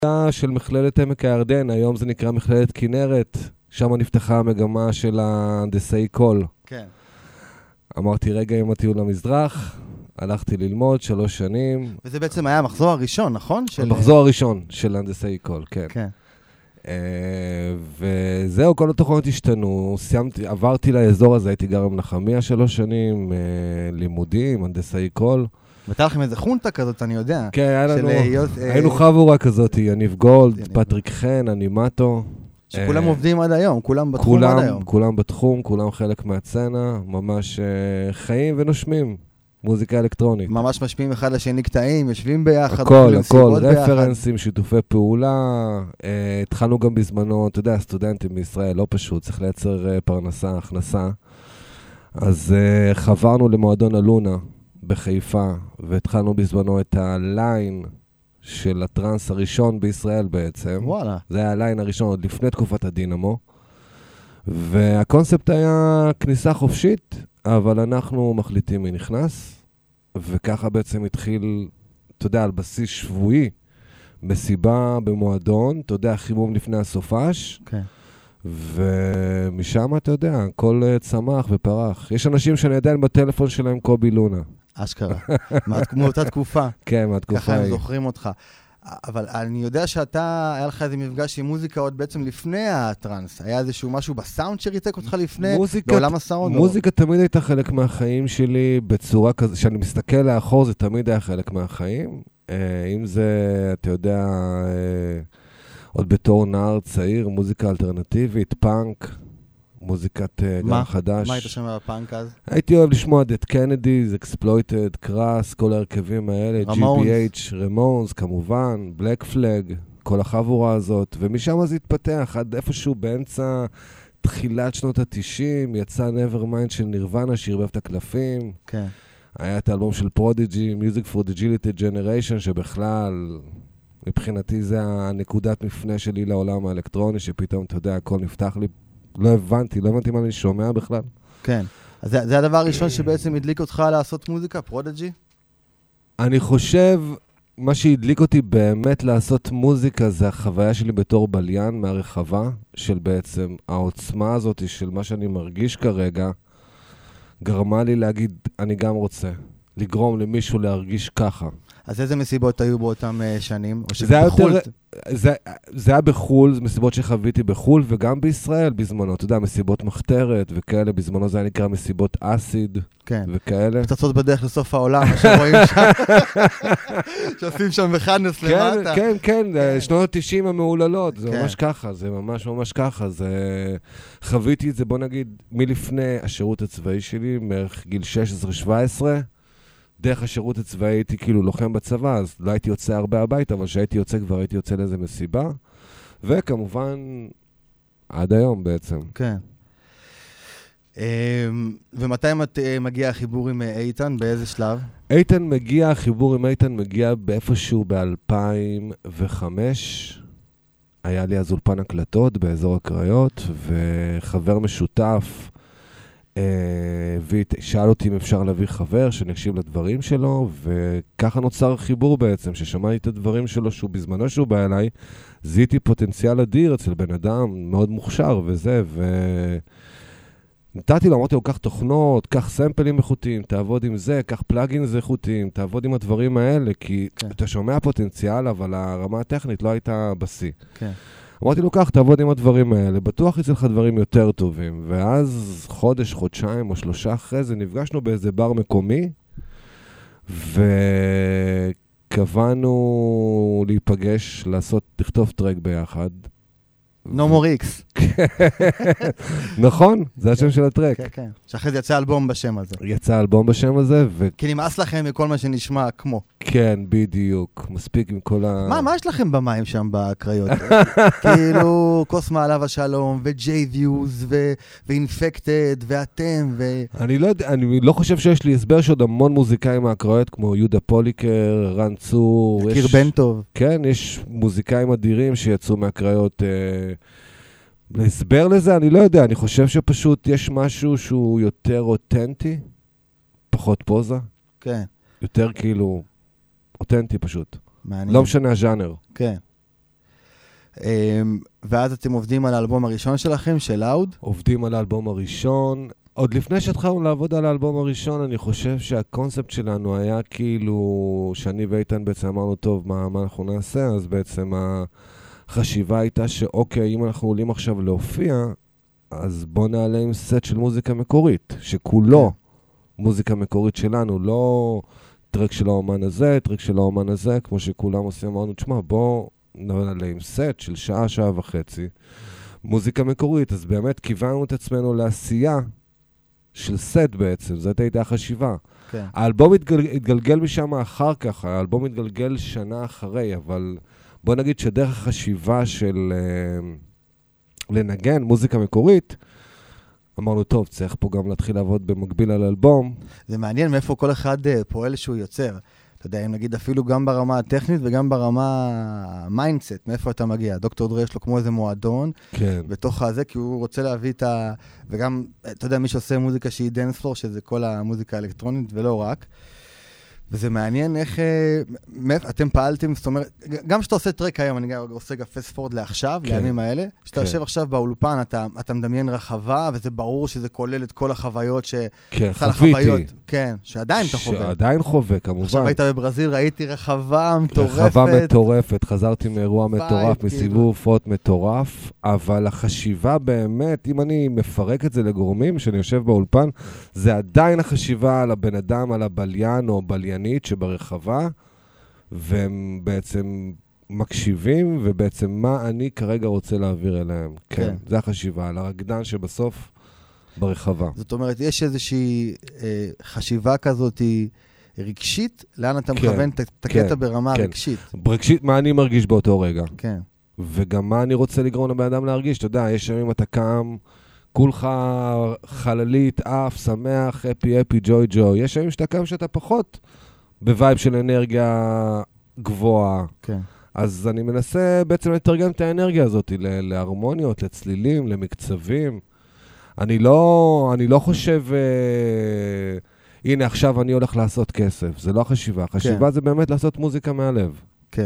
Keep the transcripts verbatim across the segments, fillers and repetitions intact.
של מכללת עמק הירדן, היום זה נקרא מכללת כנרת, שם נפתחה המגמה של ההנדסאי קול. כן. אמרתי רגע עם הטיול למזרח, הלכתי ללמוד שלוש שנים. וזה בעצם היה המחזור הראשון, נכון? המחזור הראשון של הנדסאי קול, כן. כן. וזהו, כל התוכנות השתנו, סיימתי, עברתי לאזור הזה, הייתי גר עם נחמיה שלוש שנים, לימודים, הנדסאי קול. הייתה לכם איזה חונטה כזאת, אני יודע. כן, היה לנו, היינו חבורה כזאת, יניב גולד, פטריק חן, אנימטו. שכולם עובדים עד היום, כולם בתחום עד היום. כולם בתחום, כולם חלק מהצנה, ממש חיים ונושמים, מוזיקה אלקטרונית. ממש משפיעים אחד לשני קטעים, יושבים ביחד. הכל, הכל, רפרנסים, שיתופי פעולה. התחלנו גם בזמנו, אתה יודע, סטודנטים בישראל, לא פשוט, צריך לייצר פרנסה, הכנסה. אז חברנו למועדון אלונה בחיפה, והתחלנו בזמנו את הליין של הטרנס הראשון בישראל בעצם. וואלה. זה היה הליין הראשון עוד לפני תקופת הדינמו. והקונספט היה כניסה חופשית, אבל אנחנו מחליטים מי נכנס, וככה בעצם התחיל, אתה יודע, על בסיס שבועי, מסיבה במועדון, אתה יודע, חימום לפני הסופש, כן. ומשם, אתה יודע, הכל צמח ופרח. יש אנשים שאני עדיין בטלפון שלהם קובי לונה. אשכרה, מאותה תקופה. כן, מהתקופה ככה היא. הם זוכרים אותך. אבל אני יודע שאתה, היה לך איזה מפגש עם מוזיקה עוד בעצם לפני הטרנס. היה איזשהו משהו בסאונד שריתק אותך לפני, מוזיקה, בעולם הסאונד? מוזיקה או... תמיד הייתה חלק מהחיים שלי, בצורה כזו, שאני מסתכל לאחור, זה תמיד היה חלק מהחיים. אם זה, אתה יודע, עוד בתור נער צעיר, מוזיקה אלטרנטיבית, פאנק, מוזיקת גל חדש. מה היית שומע בפאנק אז? הייתי אוהב לשמוע את קנדיז, אקספלויטד, קראס, כל ההרכבים האלה, ג'י בי אייץ', רמונס, כמובן, בלק פלג, כל החבורה הזאת, ומשם זה התפתח עד איפשהו באמצע תחילת שנות ה-תשעים, יצא Nevermind של נירוונה, שערבב את הקלפים. כן. היה את האלבום של פרודיג'י, Music for the Gillited Generation, שבכלל, מבחינתי זה הנקודת מפנה שלי לעולם האלקטרוני, שפתאום, אתה יודע, הכל נפתח לי. לא הבנתי, לא הבנתי מה אני שומע בכלל. כן. אז זה, זה הדבר הראשון שבעצם הדליק אותך לעשות מוזיקה, פרודיג'י? אני חושב, מה שהדליק אותי באמת לעשות מוזיקה, זה החוויה שלי בתור בליין מהרחבה, של בעצם העוצמה הזאת, של מה שאני מרגיש כרגע, גרמה לי להגיד, אני גם רוצה, לגרום למישהו להרגיש ככה. אז איזה מסיבות היו באותם uh, שנים? זה היה, יותר, זה, זה היה בחול, זה מסיבות שחוויתי בחול, וגם בישראל בזמנו, אתה יודע, מסיבות מחתרת וכאלה, בזמנו זה היה נקרא מסיבות אסיד, כן. וכאלה. פצצות בדרך לסוף העולם, מה שרואים שם, שעושים שם בחנס כן, למטה. כן, כן, כן. שנות ה-תשעים המעוללות, זה כן. ממש ככה, זה ממש ממש ככה, זה... חוויתי את זה, בוא נגיד, מלפני השירות הצבאי שלי, מערך גיל שש עשרה שבע עשרה, דרך השירות הצבאי הייתי כאילו לוחם בצבא, אז לא הייתי יוצא הרבה הביתה, אבל שהייתי יוצא כבר הייתי יוצא לאיזה מסיבה, וכמובן עד היום בעצם. כן. ומתי מגיע החיבור עם איתן? באיזה שלב? איתן מגיע, החיבור עם איתן מגיע באיפשהו ב-אלפיים וחמש, היה לי אז אולפן הקלטות באזור הקריות, וחבר משותף, ושאל אותי אם אפשר להביא חבר שנקשיב לדברים שלו, וככה נוצר חיבור בעצם, ששמעתי את הדברים שלו, שהוא בזמנו שהוא בא אליי, זיהיתי פוטנציאל אדיר אצל בן אדם מאוד מוכשר וזה, ונתתי לו, אמרתי לו, קח תוכנות, קח סמפלים איכותיים, תעבוד עם זה, קח פלאגינס איכותיים, תעבוד עם הדברים האלה, כי כן. אתה שומע פוטנציאל, אבל הרמה הטכנית לא הייתה בסי. כן. אמרתי לו, כך, תעבוד עם הדברים האלה, בטוח יצא לך דברים יותר טובים. ואז חודש, חודשיים או שלושה אחרי זה, נפגשנו באיזה בר מקומי, וקבענו להיפגש, לעשות, לכתוב טרק ביחד. No more X. נכון, זה השם של הטרק. כן, כן. שאחרי זה יצא אלבום בשם הזה. יצא אלבום בשם הזה, ו... כי נמאס לכם מכל מה שנשמע כמו. כן, בדיוק. מספיק עם כל ה... מה, מה יש לכם במים שם בקריות? כאילו, כוס מעליו השלום, ו-J-Views, ו-Infected, ואתם, ו... אני לא יודע, אני לא חושב שיש לי הסבר שעוד המון מוזיקאים מהקריות, כמו יהודה פוליקר, רן צור. קיר בן טוב. כן, יש מוזיקאים אדירים שיצאו מהקריות... להסבר לזה, אני לא יודע, אני חושב שפשוט יש משהו שהוא יותר אותנטי, פחות פוזה. כן. יותר כאילו אותנטי פשוט. מעניין. לא משנה הז'אנר. כן. ואז אתם עובדים על האלבום הראשון שלכם, של לאוד? עובדים על האלבום הראשון. עוד לפני שהתחלנו לעבוד על האלבום הראשון, אני חושב שהקונספט שלנו היה כאילו, שאני ואיתן בעצם אמרנו, טוב, מה, מה אנחנו נעשה? אז בעצם החשיבה הייתה שאוקיי, אם אנחנו עולים עכשיו להופיע, אז בוא נעלה עם סט של מוזיקה מקורית, שכולו מוזיקה מקורית שלנו, לא טרק של האומן הזה, טרק של האומן הזה, כמו שכולם עושים, אמרנו, תשמע, בוא נעלה עם סט של שעה, שעה וחצי, מוזיקה מקורית, אז באמת כיוונו את עצמנו לעשייה של סט בעצם, זאת הייתה החשיבה. כן. האלבום התגל, התגלגל משם אחר כך, האלבום התגלגל שנה אחרי, אבל בוא נגיד שדרך החשיבה של uh, לנגן מוזיקה מקורית, אמרנו, טוב, צריך פה גם להתחיל לעבוד במקביל על אלבום. זה מעניין מאיפה כל אחד uh, פועל שהוא יוצר. אתה יודע, אם נגיד אפילו גם ברמה הטכנית וגם ברמה המיינדסט, מאיפה אתה מגיע. דוקטור דרי יש לו כמו איזה מועדון, כן. בתוך הזה, כי הוא רוצה להביא את ה... וגם, אתה יודע, מי שעושה מוזיקה שהיא דנס פלור, שזה כל המוזיקה האלקטרונית ולא רק. וזה מעניין איך... אתם פעלתם, זאת אומרת, גם שאתה עושה טרק היום, אני עושה גם פסט פורד לעכשיו, כן. לימים האלה, שאתה כן. יושב עכשיו באולפן, אתה, אתה מדמיין רחבה, וזה ברור שזה כולל את כל החוויות ש... כן, חוויתי. כן, שעדיין אתה חווה. שעדיין חווה, כמובן. עכשיו היית בברזיל, ראיתי רחבה מטורפת. רחבה מטורפת, חזרתי מאירוע מטורף, כאילו. מסיבוב הופעות מטורף, אבל החשיבה באמת, אם אני מפרק את זה לגורמים, שאני יושב באולפן, זה עדיין החשיבה על הבן אדם, על הבליין או בליינית שברחבה, והם בעצם מקשיבים, ובעצם מה אני כרגע רוצה להעביר אליהם. כן, כן. זה החשיבה, על הרקדן שבסוף ברחבה. זאת אומרת, יש איזושהי אה, חשיבה כזאת היא רגשית, לאן אתה כן, מכוון את הקטע כן, ברמה כן. רגשית. רגשית, מה אני מרגיש באותו רגע. כן. וגם מה אני רוצה לגרום לבן אדם להרגיש. אתה יודע, יש ימים אתה קם, כולך חללית, אף, שמח, אפי, אפי, ג'וי, ג'וי. יש ימים שאתה קם שאתה פחות בווייב של אנרגיה גבוהה. כן. אז אני מנסה בעצם לתרגם את האנרגיה הזאת להרמוניות, לצלילים, למקצבים. אני לא, אני לא חושב, אה, הנה עכשיו אני הולך לעשות כסף. זה לא החשיבה. החשיבה כן. זה באמת לעשות מוזיקה מהלב. כן.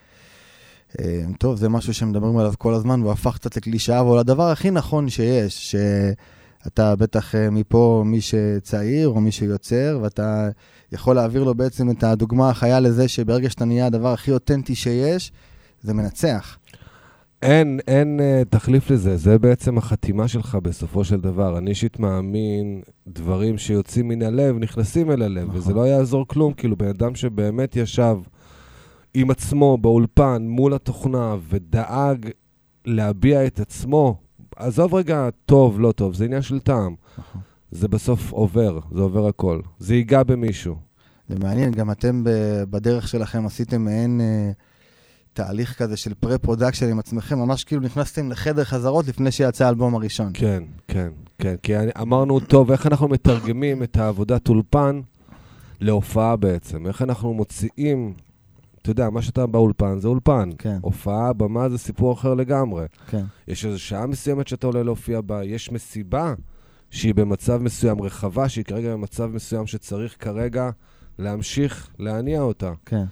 טוב, זה משהו שמדברים עליו כל הזמן, והוא הפך קצת לקלישאה, אבל הדבר הכי נכון שיש, שאתה בטח מפה מי שצעיר או מי שיוצר, ואתה יכול להעביר לו בעצם את הדוגמה החיה לזה שברגע שאתה נהיה הדבר הכי אותנטי שיש, זה מנצח. אין, אין uh, תחליף לזה, זה בעצם החתימה שלך בסופו של דבר. אני אישית מאמין, דברים שיוצאים מן הלב, נכנסים אל הלב, נכון. וזה לא יעזור כלום, כאילו בן אדם שבאמת ישב עם עצמו באולפן מול התוכנה ודאג להביע את עצמו, עזוב רגע טוב, לא טוב, זה עניין של טעם. נכון. זה בסוף עובר, זה עובר הכל. זה ייגע במישהו. זה מעניין, גם אתם בדרך שלכם עשיתם מעין אה, תהליך כזה של פרה-פרודקשן עם עצמכם, ממש כאילו נכנסתם לחדר חזרות לפני שיצא האלבום הראשון. כן, כן, כן. כי אמרנו, טוב, איך אנחנו מתרגמים את העבודת אולפן להופעה בעצם? איך אנחנו מוציאים... אתה יודע, מה שאתה באולפן זה אולפן. כן. הופעה, במה זה סיפור אחר לגמרי. כן. יש איזו שעה מסוימת שאתה עולה להופיע בה, יש מסיבה שהיא במצב מסוים רחבה, שהיא כרגע במצב מסוים שצריך כרגע להמשיך להניע אותה. כן.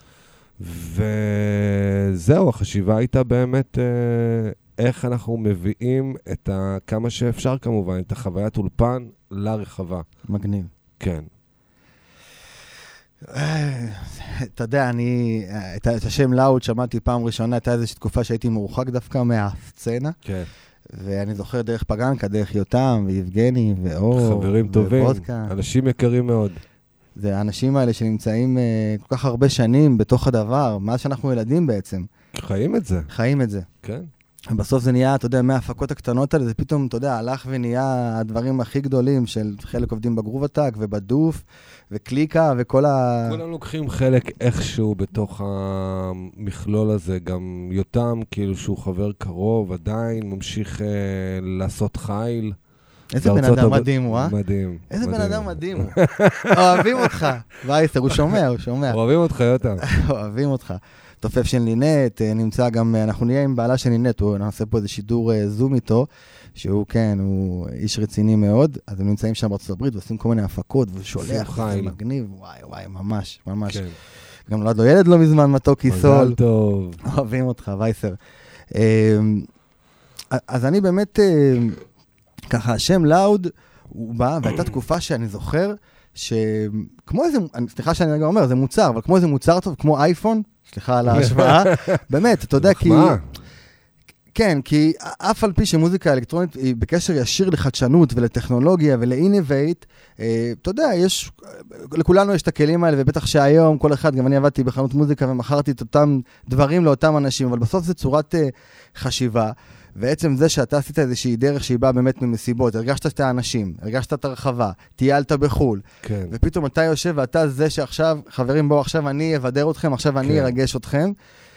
וזהו, החשיבה הייתה באמת אה, איך אנחנו מביאים את ה, כמה שאפשר כמובן, את החוויית אולפן לרחבה. מגניב. כן. אתה יודע, אני, את השם לאוד שמעתי פעם ראשונה, הייתה איזושהי תקופה שהייתי מורחק דווקא מהסצנה. כן. ואני זוכר דרך פגנקה, דרך יותם ויבגני ואור. חברים טובים, אנשים יקרים מאוד. זה האנשים האלה שנמצאים כל כך הרבה שנים בתוך הדבר, מאז שאנחנו ילדים בעצם. חיים את זה. חיים את זה. כן. ובסוף זה נהיה, אתה יודע, מההפקות הקטנות האלה, זה פתאום, אתה יודע, הלך ונהיה הדברים הכי גדולים של חלק עובדים בגרוב הטק ובדוף וקליקה וכל ה... כולם לוקחים חלק איכשהו בתוך המכלול הזה, גם יותם, כאילו שהוא חבר קרוב, עדיין ממשיך אה, לעשות חיל. איזה בן אדם מדהים הוא, אה? מדהים. איזה בן אדם מדהים הוא. אוהבים אותך. וייסר, הוא שומע, הוא שומע. אוהבים אותך, יותם. אוהבים אותך. תופף של לינט, נמצא גם, אנחנו נהיה עם בעלה של לינט, הוא נעשה פה איזה שידור זום איתו, שהוא כן, הוא איש רציני מאוד, אז הם נמצאים שם בארצות הברית, ועושים כל מיני הפקות, והוא שולח, זה מגניב, וואי וואי, ממש, ממש. גם נולד לו ילד לא מזמן, מתוק כיסול. מזל טוב. אוהבים אותך, וייסר. אז אני באמת, ככה, השם לאוד, הוא בא, והייתה תקופה שאני זוכר, שכמו איזה, סליחה שאני גם אומר, זה מוצר, אבל כמו איזה מוצר טוב, כמו אייפון, סליחה על ההשוואה, באמת, אתה יודע, כי... כן, כי אף על פי שמוזיקה אלקטרונית היא בקשר ישיר לחדשנות ולטכנולוגיה ולאינובייט, אתה יודע, יש, לכולנו יש את הכלים האלה, ובטח שהיום כל אחד, גם אני עבדתי בחנות מוזיקה ומכרתי את אותם דברים לאותם אנשים, אבל בסוף זה צורת חשיבה, ועצם זה שאתה עשית איזושהי דרך שהיא באה באמת ממסיבות, הרגשת את האנשים, הרגשת את הרחבה, טיילת בחול, כן. ופתאום אתה יושב ואתה זה שעכשיו, חברים בואו עכשיו אני אבדר אתכם, עכשיו אני כן. ארגש אתכם.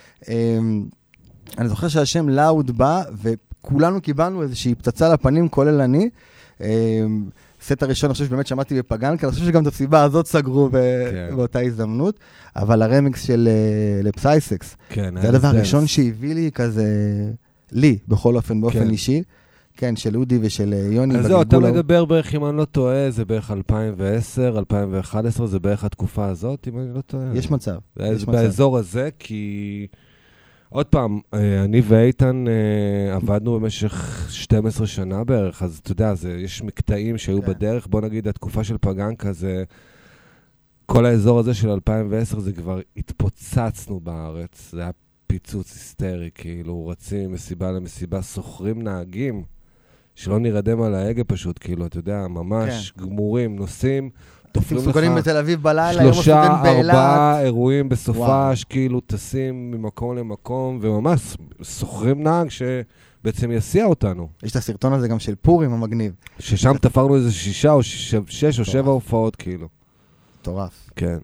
אני זוכר שהשם לאוד בא, וכולנו קיבלנו איזושהי פצצה לפנים, כולל אני. סט הראשון, אני חושב שבאמת שמעתי בפגן, כי אני חושב שגם את הסיבה הזאת סגרו באותה הזדמנות, אבל הרמיקס של לפסייסקס, זה הדבר הראשון שהביא לי כזה, לי, בכל אופן, באופן אישי, כן, של אודי ושל יוני. אז זהו, אתה מדבר בערך, אם אני לא טועה, זה בערך אלפיים ועשר, אלפיים ואחת עשרה, זה בערך התקופה הזאת, אם אני לא טועה. יש מצב. באזור הזה, כי... עוד פעם, אני ואיתן עבדנו במשך שתים עשרה שנה בערך, אז אתה יודע, זה, יש מקטעים שהיו כן. בדרך, בוא נגיד, התקופה של פגנקה זה, כל האזור הזה של אלפיים ועשר זה כבר התפוצצנו בארץ, זה היה פיצוץ היסטרי, כאילו, רצים מסיבה למסיבה, סוחרים נהגים, שלא נרדם על ההגה פשוט, כאילו, אתה יודע, ממש כן. גמורים, נוסעים, סוגרים בתל אביב בלילה, שלושה, ארבעה אירועים בסופש, כאילו טסים ממקום למקום, וממש סוחרים נהג שבעצם יסיע אותנו. יש את הסרטון הזה גם של פורים המגניב. ששם תפרנו איזה שישה או שש או שבע הופעות, כאילו. מטורף. כן.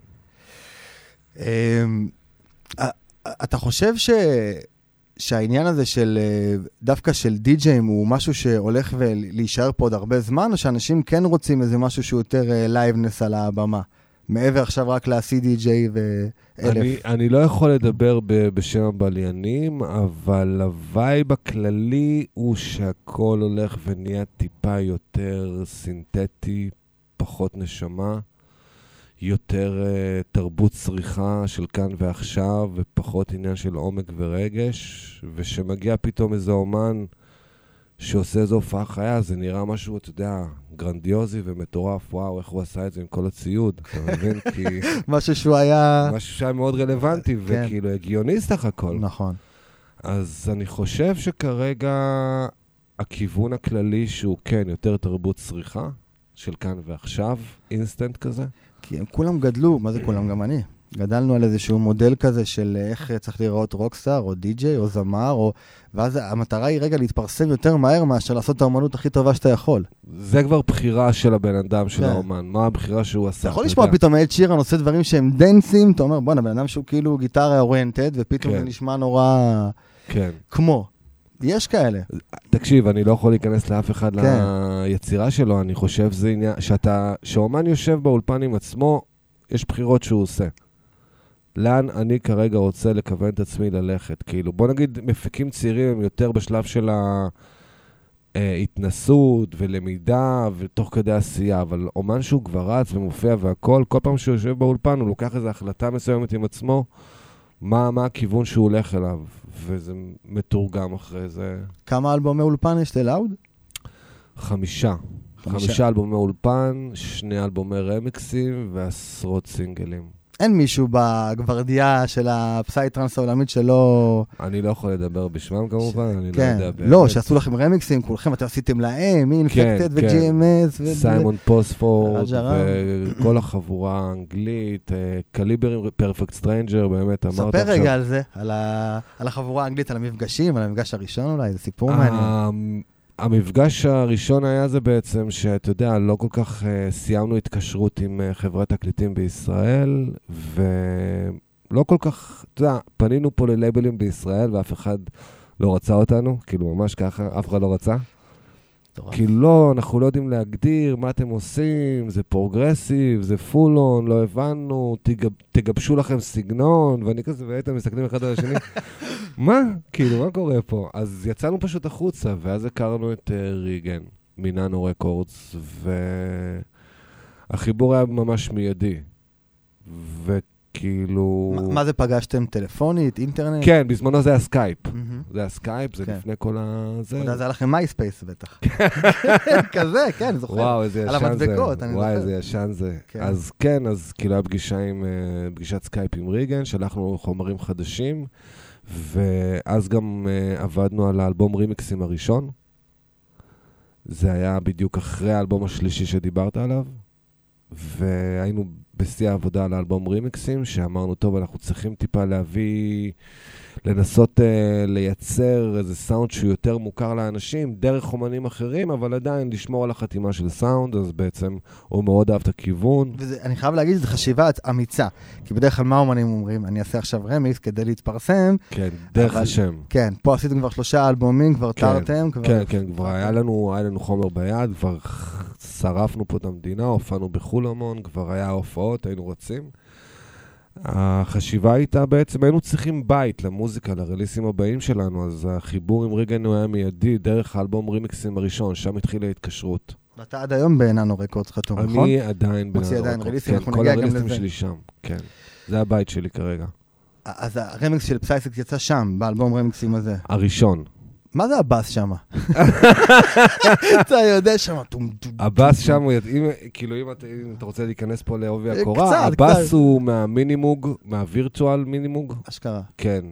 אתה חושב ש... שהעניין הזה של, דווקא של די-ג'יים הוא משהו שהולך ולהישאר פה עוד הרבה זמן, או שאנשים כן רוצים איזה משהו שהוא יותר לייבנס על הבמה? מעבר עכשיו רק ל-סי די ג'יי ואלף. אני, אני לא יכול לדבר ב- בשם הבליינים, אבל הווייב הכללי הוא שהכל הולך ונהיה טיפה יותר סינתטי, פחות נשמה. יותר uh, תרבות צריכה של כאן ועכשיו, ופחות עניין של עומק ורגש, ושמגיע פתאום איזה אומן שעושה איזו הופעה חיה, זה נראה משהו, אתה יודע, גרנדיוזי ומטורף, וואו, איך הוא עשה את זה עם כל הציוד, אתה מבין? כי... משהו שהוא היה... משהו שהיה מאוד רלוונטי, כן. וכאילו הגיוני סך הכל. נכון. אז אני חושב שכרגע הכיוון הכללי שהוא כן, יותר תרבות צריכה, של כאן ועכשיו, אינסטנט כזה. כי הם כולם גדלו, מה זה כולם? גם אני. גדלנו על איזשהו מודל כזה של איך צריך לראות רוקסטאר, או די-ג'יי, או זמר, או... ואז המטרה היא רגע להתפרסם יותר מהר מאשר לעשות את האומנות הכי טובה שאתה יכול. זה כבר בחירה של הבן אדם, של האומן. מה הבחירה שהוא עשה? אתה יכול לשמוע פתאום אד שירן עושה דברים שהם דנסים, אתה אומר, בוא, הבן אדם שהוא כאילו גיטרה אוריינטד, ופתאום זה נשמע נורא... כן. כמו. יש כאלה. תקשיב, אני לא יכול להיכנס לאף אחד ליצירה שלו, אני חושב זה עניין, שאתה, שאומן יושב באולפן עם עצמו, יש בחירות שהוא עושה. לאן אני כרגע רוצה לכוון את עצמי ללכת? כאילו, בוא נגיד, מפיקים צעירים הם יותר בשלב של ההתנסות ולמידה ותוך כדי עשייה, אבל אומן שהוא כבר רץ ומופיע והכל, כל פעם שהוא יושב באולפן, הוא לוקח איזו החלטה מסוימת עם עצמו, מה, מה הכיוון שהוא הולך אליו, וזה מתורגם אחרי זה. כמה אלבומי אולפן יש ללאוד? חמישה. חמישה. חמישה אלבומי אולפן, שני אלבומי רמיקסים ועשרות סינגלים. אין מישהו בגוורדיה של הפסייטרנס העולמית שלא... אני לא יכול לדבר בשמם כמובן, אני כן. לא יודע באמת. לא, שעשו לכם רמיקסים, כולכם אתם עשיתם להם, אינפקטד ו-ג'י אם אס. סיימון פוספורד, וכל החבורה האנגלית, קליבר פרפקט סטרנג'ר, באמת אמרת עכשיו. ספר רגע על זה, על החבורה האנגלית, על המפגשים, על המפגש הראשון אולי, זה סיפור מעניין. המפגש הראשון היה זה בעצם שאתה יודע, לא כל כך uh, סיימנו התקשרות עם uh, חברת תקליטים בישראל, ולא כל כך, אתה יודע, פנינו פה ללייבלים בישראל, ואף אחד לא רצה אותנו, כאילו ממש ככה, אף אחד לא רצה. כאילו לא, אנחנו לא יודעים להגדיר מה אתם עושים, זה פרוגרסיב, זה פול-און, לא הבנו, תגב, תגבשו לכם סגנון, ואני כזה, והייתם מסתכלים אחד על השני, מה? כאילו, מה קורה פה? אז יצאנו פשוט החוצה, ואז הכרנו את uh, ריגן, מננו רקורדס, והחיבור היה ממש מיידי. כאילו... מה, מה זה פגשתם? טלפונית, אינטרנט? כן, בזמנו זה היה סקייפ. Mm-hmm. זה היה סקייפ, זה כן. לפני כל ה... זה... עוד אז היה לכם מייספייס בטח. כזה, כן, זוכר. וואו, איזה ישן זה. על המדבקות, אני זוכר. וואי, איזה ישן זה. כן. אז כן, אז כאילו היה פגישה עם, uh, פגישת סקייפ עם ריגן, שלחנו חומרים חדשים, ואז גם uh, עבדנו על האלבום רימיקסים הראשון. זה היה בדיוק אחרי האלבום השלישי שדיברת עליו, והיינו בשיא העבודה על האלבום רימיקסים, שאמרנו, טוב, אנחנו צריכים טיפה להביא, לנסות uh, לייצר איזה סאונד שהוא יותר מוכר לאנשים, דרך אומנים אחרים, אבל עדיין לשמור על החתימה של סאונד, אז בעצם הוא מאוד אהב את הכיוון. ואני חייב להגיד, זו חשיבה אמיצה, כי בדרך כלל מה אומנים אומרים? אני אעשה עכשיו רמיקס כדי להתפרסם. כן, דרך אבל, השם. כן, פה עשיתם כבר שלושה אלבומים, כבר כן, תרתם. כבר... כן, כן, כבר היה לנו, היה לנו חומר ביד, כבר שרפנו פה את המדינה, הופענו בחול המון, כבר היה הופעות, היינו רצים. החשיבה הייתה בעצם, היינו צריכים בית למוזיקה, לרליסים הבאים שלנו, אז החיבור עם ריגן הוא היה מיידי, דרך האלבום רימיקסים הראשון, שם התחילה ההתקשרות. ואתה עד היום בננו רקורדס חתום, נכון? אני עדיין בננו רקורדס. עדיין רליסים, כן, כל הרליסים שלי שם, כן. זה הבית שלי כרגע. אז הרמיקס של פסייסקס יצא שם, באלבום רמיקסים הזה. הראשון. מה זה הבאס שם? אתה יודע שם. הבאס שם, כאילו אם אתה רוצה להיכנס פה לעובי הקורה, הבאס הוא מהמינימוג, מהווירטואל מינימוג. אשכרה. כן,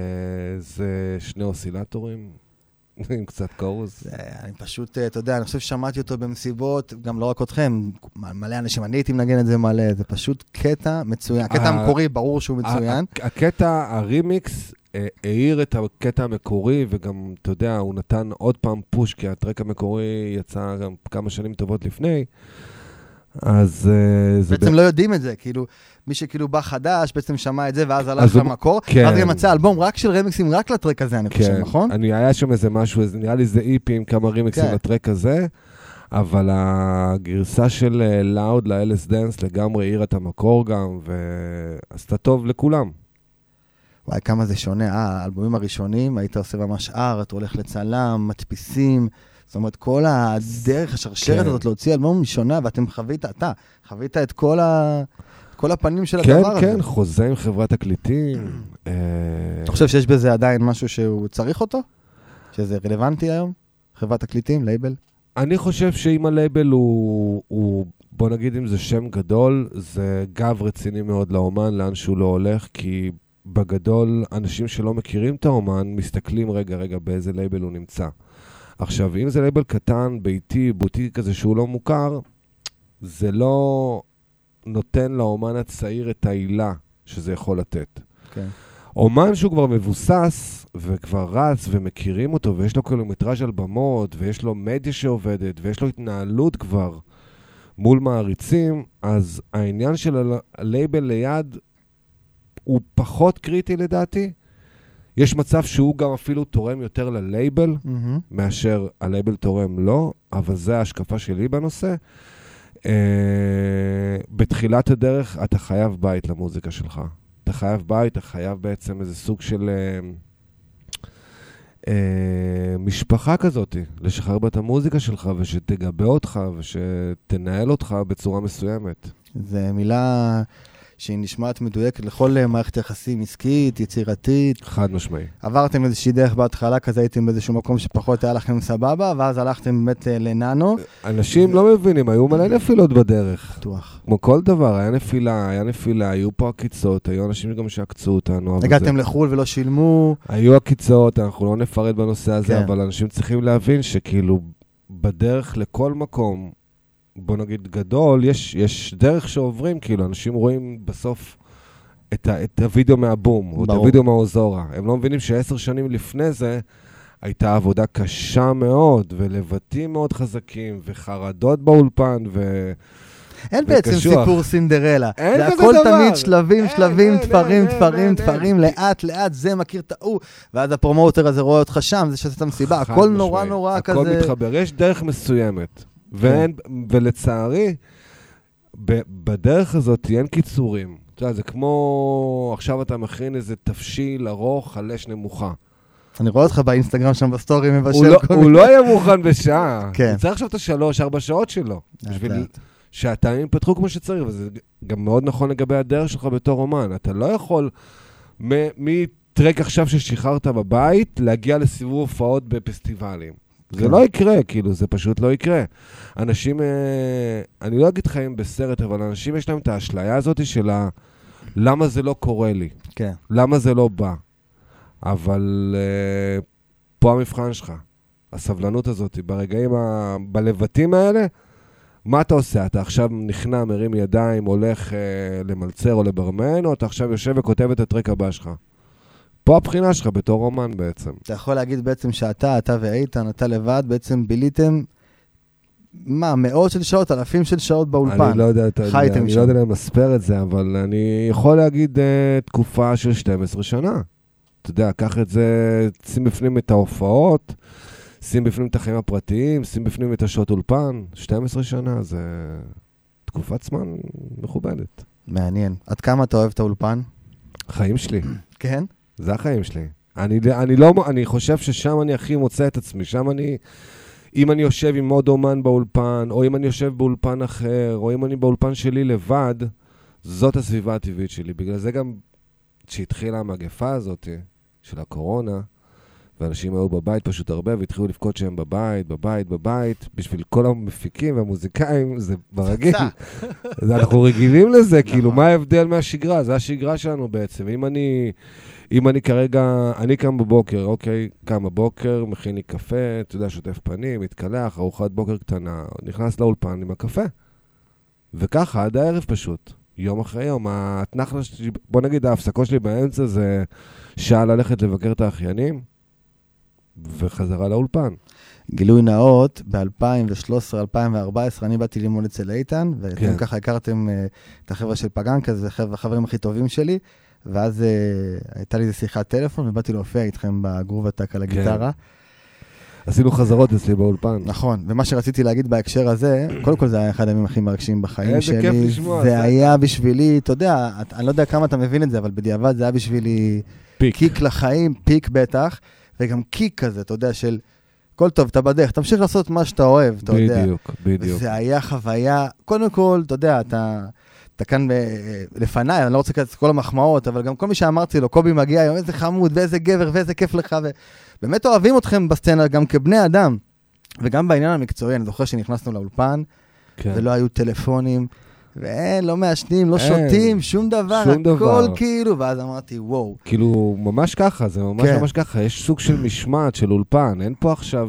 זה שני אוסילטורים, עם קצת קורוס. אני פשוט, אתה יודע, אני חושב ששמעתי אותו במסיבות, גם לא רק אתכם, מלא אנשים, אני הייתי מנגן את זה מלא, זה פשוט קטע מצוין. הקטע המקורי, ברור שהוא מצוין. הקטע, הרימיקס, העיר את הקטע המקורי, וגם, אתה יודע, הוא נתן עוד פעם פוש, כי הטרק המקורי יצא גם כמה שנים טובות לפני, אז... בעצם לא יודעים את זה, כאילו, מי שכאילו בא חדש, בעצם שמע את זה, ואז הלך למקור, ואז גם מצא אלבום רק של רמיקסים, רק לטרק הזה, אני חושב, נכון? אני היה שם איזה משהו, נראה לי זה איפי עם כמה רמיקסים לטרק הזה, אבל הגרסה של לאוד ל-אלס דנס לגמרי העירה את המקור גם, ועשתה טוב לכולם. וואי, כמה זה שונה. אה, האלבומים הראשונים, היית עושה ממש אר, אתה הולך לצלם, מדפיסים, זאת אומרת, כל הדרך, השרשרת הזאת להוציא אלבום שונה, ואתם חווית, אתה, חווית את כל ה... כל הפנים של הדבר הזה. כן, כן, חוזה עם חברת תקליטים. אתה חושב שיש בזה עדיין משהו שהוא צריך אותו? שזה רלוונטי היום? חברת תקליטים, לייבל? אני חושב שאם הלייבל הוא, בוא נגיד אם זה שם גדול, זה גב רציני מאוד לאומן, לאן שהוא לא הולך, כי בגדול, אנשים שלא מכירים את האומן, מסתכלים רגע, רגע, באיזה לייבל הוא נמצא. עכשיו, אם זה לייבל קטן, ביתי, בוטי כזה שהוא לא מוכר, זה לא נותן לאומן הצעיר את העילה שזה יכול לתת. כן. אומן שהוא כבר מבוסס, וכבר רץ, ומכירים אותו, ויש לו קילומטראז' על במות, ויש לו מדיה שעובדת, ויש לו התנהלות כבר מול מעריצים, אז העניין של הלייבל ליד, הוא פחות קריטי לדעתי. יש מצב שהוא גם אפילו תורם יותר ללייבל, mm-hmm. מאשר הלייבל תורם לא, אבל זה ההשקפה שלי בנושא. Uh, בתחילת הדרך אתה חייב בית למוזיקה שלך. אתה חייב בית, אתה חייב בעצם איזה סוג של uh, uh, משפחה כזאת, לשחרר בה את המוזיקה שלך ושתגבה אותך ושתנהל אותך בצורה מסוימת. זה מילה... שהיא נשמעת מדויקת לכל מערכת יחסים עסקית, יצירתית. חד משמעי. עברתם איזושהי דרך בהתחלה, כזה הייתם באיזשהו מקום שפחות היה לכם סבבה, ואז הלכתם באמת לננו. אנשים ו... לא מבינים, היו מלא נפילות בדרך. בטוח. כמו כל דבר, היה נפילה, היה נפילה, היו פה עקיצות, היו אנשים גם שעקצו אותנו. הגעתם זה... לחול ולא שילמו. היו עקיצות, אנחנו לא נפרד בנושא הזה, כן. אבל אנשים צריכים להבין שכאילו בדרך לכל מקום, בוא נגיד גדול, יש, יש דרך שעוברים, כאילו, אנשים רואים בסוף את, ה, את הוידאו מהבום, או את הוידאו מהאוזורה. הם לא מבינים שעשר שנים לפני זה, הייתה עבודה קשה מאוד, ולבטים מאוד חזקים, וחרדות באולפן, ו... אין בעצם סיפור סינדרלה. זה הכל תמיד שלבים, שלבים, תפרים, תפרים, תפרים, לאט, לאט, זה מכיר את ההוא, ואז הפרומוטר הזה רואה אותך שם, זה שעשית מסיבה, הכל נורא נורא כזה. הכל מתחבר, יש דרך מסוימת. ואין, ולצערי, בדרך הזאת אין קיצורים. אתה יודע, זה כמו, עכשיו אתה מכין איזה תפשיל ארוך על אש נמוכה. אני רואה אותך באינסטגרם שם בסטורי מבשל. הוא לא היה מוכן בשעה. הוא צריך עכשיו את השלוש, ארבע שעות שלו. שהטעמים פתחו כמו שצריך, וזה גם מאוד נכון לגבי הדרך שלך בתור אומן. אתה לא יכול מטרק עכשיו ששחררת בבית, להגיע לסיבוב הופעות בפסטיבלים. זה לא יקרה, כאילו, זה פשוט לא יקרה. אנשים, אני לא אגיד חיים בסרט, אבל אנשים יש להם את האשליה הזאת של למה זה לא קורה לי. כן. למה זה לא בא. אבל פה המבחן שלך. הסבלנות הזאת, ברגעים, בלבטים האלה, מה אתה עושה? אתה עכשיו נכנע, מרים ידיים, הולך אה, למלצר או לברמן, או אתה עכשיו יושב וכותב את הטרק הבא שלך? פה הבחינה שלך בתור רומן בעצם. אתה יכול להגיד בעצם שאתה, אתה ואיתן, אתה לבד, בעצם ביליתם, מה, מאות של שעות, אלפים של שעות באולפן. אני לא יודע, אתה, אני, אני לא יודע למספר את זה, אבל אני יכול להגיד אה, תקופה של שתים עשרה שנה. אתה יודע, קח את זה, שים בפנים את ההופעות, שים בפנים את החיים הפרטיים, שים בפנים את השעות אולפן, שתים עשרה שנה, זה תקופת זמן מכובדת. מעניין. עד כמה אתה אוהב את האולפן? חיים שלי. כן? זה החיים שלי. אני, אני, לא, אני חושב ששם אני הכי מוצא את עצמי, שם אני, אם אני יושב עם עוד אומן באולפן, או אם אני יושב באולפן אחר, או אם אני באולפן שלי לבד, זאת הסביבה הטבעית שלי. בגלל זה גם שהתחילה המגפה הזאת של הקורונה, ואנשים היו בבית פשוט הרבה, והתחילו לפקוד שהם בבית, בבית, בבית, בשביל כל המפיקים והמוזיקאים, זה ברגיל. אנחנו רגילים לזה, כאילו, מה ההבדל מהשגרה? זה השגרה שלנו בעצם. אם אני, אם אני כרגע, אני קם בבוקר, אוקיי, קם בבוקר, מכין לי קפה, אתה יודע, שוטף פנים, מתקלח, ארוחת בוקר קטנה, נכנס לאולפן עם הקפה. וככה, עד הערב פשוט. יום אחרי יום, התנחלה שלי, בוא נגיד, ההפסקות שלי באמצע זה שעה ללכת לבקר את האחיינים, וחזרה לאולפן. גילוי נאות, ב-אלפיים ושלוש עשרה אלפיים וארבע עשרה אני באתי ללמוד אצל איתן, ואתם כן. ככה הכרתם uh, את החבר'ה של פגנקה, זה החברים הכי טובים שלי, ואז uh, הייתה לי איזו שיחת טלפון, ובאתי להופיע איתכם בגרוב הטק על הגיטרה. כן. עשינו חזרות אצלי באולפן. נכון, ומה שרציתי להגיד בהקשר הזה, קודם כל זה היה אחד הימים הכי מרגשים בחיים שלי. איזה כיף לשמוע. זה היה בשבילי, אתה יודע, אני לא יודע כמה אתה מבין את זה, אבל בדיעבד זה היה בשבילי פיק. קיק לחיים, פיק בטח, וגם קיק כזה, אתה יודע, של כל טוב, אתה בדרך, תמשיך לעשות מה שאתה אוהב, אתה יודע. בדיוק, בדיוק. זה היה חוויה, קודם כל, אתה יודע, אתה, אתה כאן לפניי, אני לא רוצה לקראת את כל המחמאות, אבל גם כל מי שאמרתי לו, קובי מגיע היום, איזה חמוד, ואיזה גבר, ואיזה כיף לך, ובאמת אוהבים אתכם בסצנה, גם כבני אדם, וגם בעניין המקצועי, אני זוכר שנכנסנו לאולפן, כן. ולא היו טלפונים, ואין, לא מעשנים, לא אין, שותים, שום דבר, שום הכל דבר. כאילו, ואז אמרתי, וואו. כאילו, ממש ככה, זה ממש כן. ממש ככה, יש סוג של משמעת של אולפן, אין פה עכשיו...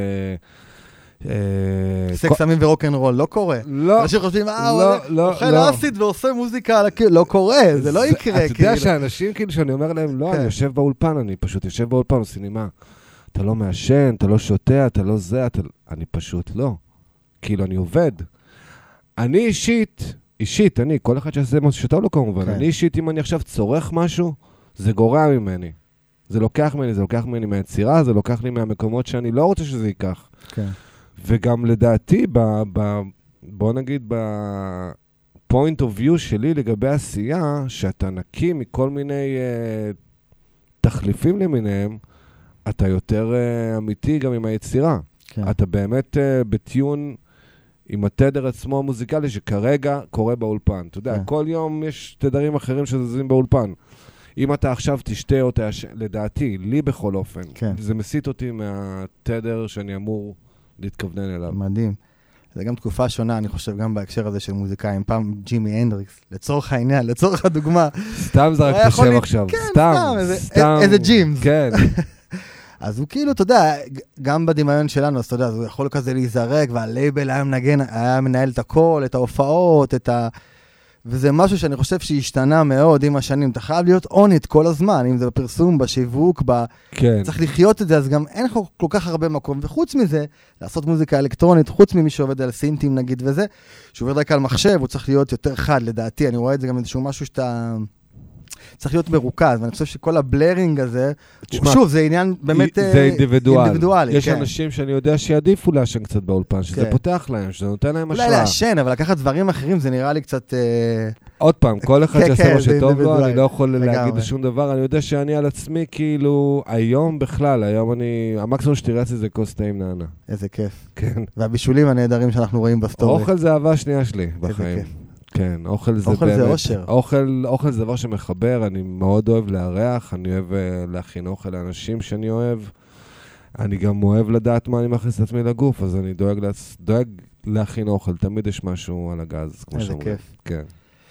אה, אה, סקס סמים ורוק'נ'רול, לא קורה. לא. אנשים חושבים, אה, לא, הוא לא, אוכל לא. אסיד ועושה מוזיקה, לא קורה, זה לא יקרה. אתה יודע שאנשים, כאילו, שאני אומר להם, לא, אני יושב באולפן, אני פשוט יושב באולפן, עושים מה? אתה לא מעשן, אתה לא שותה, אתה לא זה, אני פשוט לא. כאילו, אני עובד. אני אישית... אישית, אני, כל אחד שעושה משהו שטוב לו כמובן, כן. אני אישית, אם אני עכשיו צורך משהו, זה גורע ממני. זה לוקח ממני, זה לוקח ממני מהיצירה, זה לוקח לי מהמקומות שאני לא רוצה שזה ייקח. כן. וגם לדעתי, ב, ב, בוא נגיד, ב-point of view שלי לגבי עשייה, שאתה נקי מכל מיני uh, תחליפים למיניהם, אתה יותר uh, אמיתי גם עם היצירה. כן. אתה באמת uh, בטיון... עם התדר עצמו המוזיקלי שכרגע קורה באולפן. אתה יודע, כל יום יש תדרים אחרים שזזים באולפן. אם אתה עכשיו תשתה או תש... לדעתי, לי בכל אופן, זה מסית אותי מהתדר שאני אמור להתכוונן אליו. מדהים. זה גם תקופה שונה, אני חושב, גם בהקשר הזה של מוזיקאים. פעם ג'ימי הנדריקס, לצורך העניין, לצורך הדוגמה. סתם זרק את השם עכשיו. סתם, סתם. איזה ג'ימס. כן. אז הוא כאילו, אתה יודע, גם בדמיון שלנו, אז אתה יודע, הוא יכול כזה להיזרק, והלייבל היה מנגן, היה מנהל את הכל, את ההופעות, את ה... וזה משהו שאני חושב שהשתנה מאוד עם השנים. אתה חייב להיות אונית כל הזמן, אם זה בפרסום, בשיווק, ב... כן. צריך לחיות את זה, אז גם אין כל כך הרבה מקום. וחוץ מזה, לעשות מוזיקה אלקטרונית, חוץ ממי שעובד על סינטים נגיד וזה, שעובד רק על מחשב, הוא צריך להיות יותר חד, לדעתי. אני רואה את זה גם איזשהו משהו שאתה... צריך להיות מרוכז, ואני חושב שכל הבלרינג הזה, תשמע, שוב, זה עניין באמת זה אינדיבידואל. אינדיבידואלי. יש כן. אנשים שאני יודע שיעדיפו לעשן קצת באולפן, שזה כן. פותח להם, שזה נותן להם השראה. אולי לעשן, אבל לקחת דברים אחרים, זה נראה לי קצת... אה... עוד פעם, כל אחד כן, שיעשה כן, מה זה שטוב לו, אינדיבידואלי. אני לא יכול לגמרי. להגיד לשום דבר, אני יודע שאני על עצמי, כאילו, היום בכלל, היום אני, המקסימום שתראה אצלי זה כוס תה עם נענה. איזה כיף. כן. והבישולים הנהדרים שאנחנו רואים בסטורי. אוכל זה אהבה השנייה שלי בחיים. כיף. כן, אוכל זה אוכל באמת... זה אושר. אוכל, אוכל זה דבר שמחבר, אני מאוד אוהב לארח, אני אוהב אה, להכין אוכל לאנשים שאני אוהב. אני גם אוהב לדעת מה אני מכניס את עצמי לגוף, אז אני דואג, לעצ... דואג להכין אוכל, תמיד יש משהו על הגז, כמו איזה שאומרים. כיף. כן.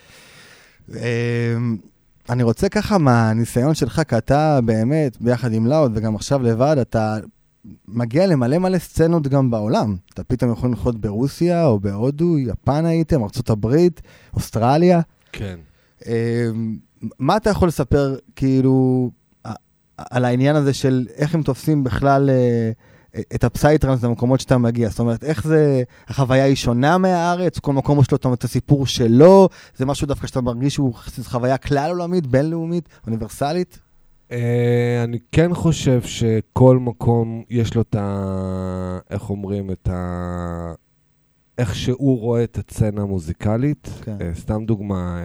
אני רוצה ככה מהניסיון שלך, כי אתה באמת, ביחד עם לאוד וגם עכשיו לבד, אתה מגיע למלא מלא סצנות גם בעולם. אתה פתאום יכול לנחות ברוסיה או בהודו, יפן הייתם, ארצות הברית, אוסטרליה. כן. מה אתה יכול לספר כאילו על העניין הזה של איך הם תופסים בכלל את הפסייטרנס במקומות שאתה מגיע? זאת אומרת, איך זה, החוויה היא שונה מהארץ, כל מקום יש לו את הסיפור שלו, זה משהו דווקא שאתה מרגיש שהוא חוויה כלל עולמית, בינלאומית, אוניברסלית? אני כן חושב שכל מקום יש לו את ה... איך אומרים? את ה... איך שהוא רואה את הצנה המוזיקלית. סתם דוגמה...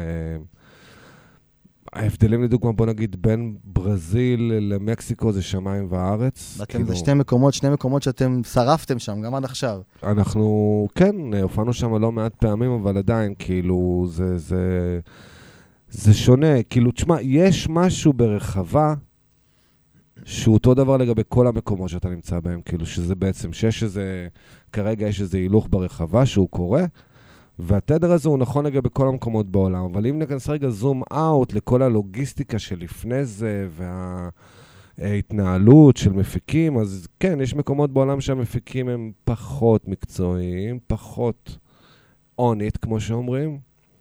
ההבדלים לדוגמה, בוא נגיד, בין ברזיל למקסיקו זה שמיים וארץ. ואתם זה שתי מקומות, שני מקומות שאתם שרפתם שם, גם עד עכשיו. אנחנו, כן, הופענו שם לא מעט פעמים, אבל עדיין, כאילו, זה, זה, זה שונה. כאילו, תשמע, יש משהו ברחבה שהוא אותו דבר לגבי כל המקומות שאתה נמצא בהם, כאילו, שזה בעצם, שיש איזה, כרגע יש איזה הילוך ברחבה שהוא קורה, והתדר הזה הוא נכון לגבי כל המקומות בעולם, אבל אם נכנס רגע זום אאוט לכל הלוגיסטיקה שלפני זה, וההתנהלות של מפיקים, אז כן, יש מקומות בעולם שהמפיקים הם פחות מקצועיים, פחות אונית, כמו שאומרים,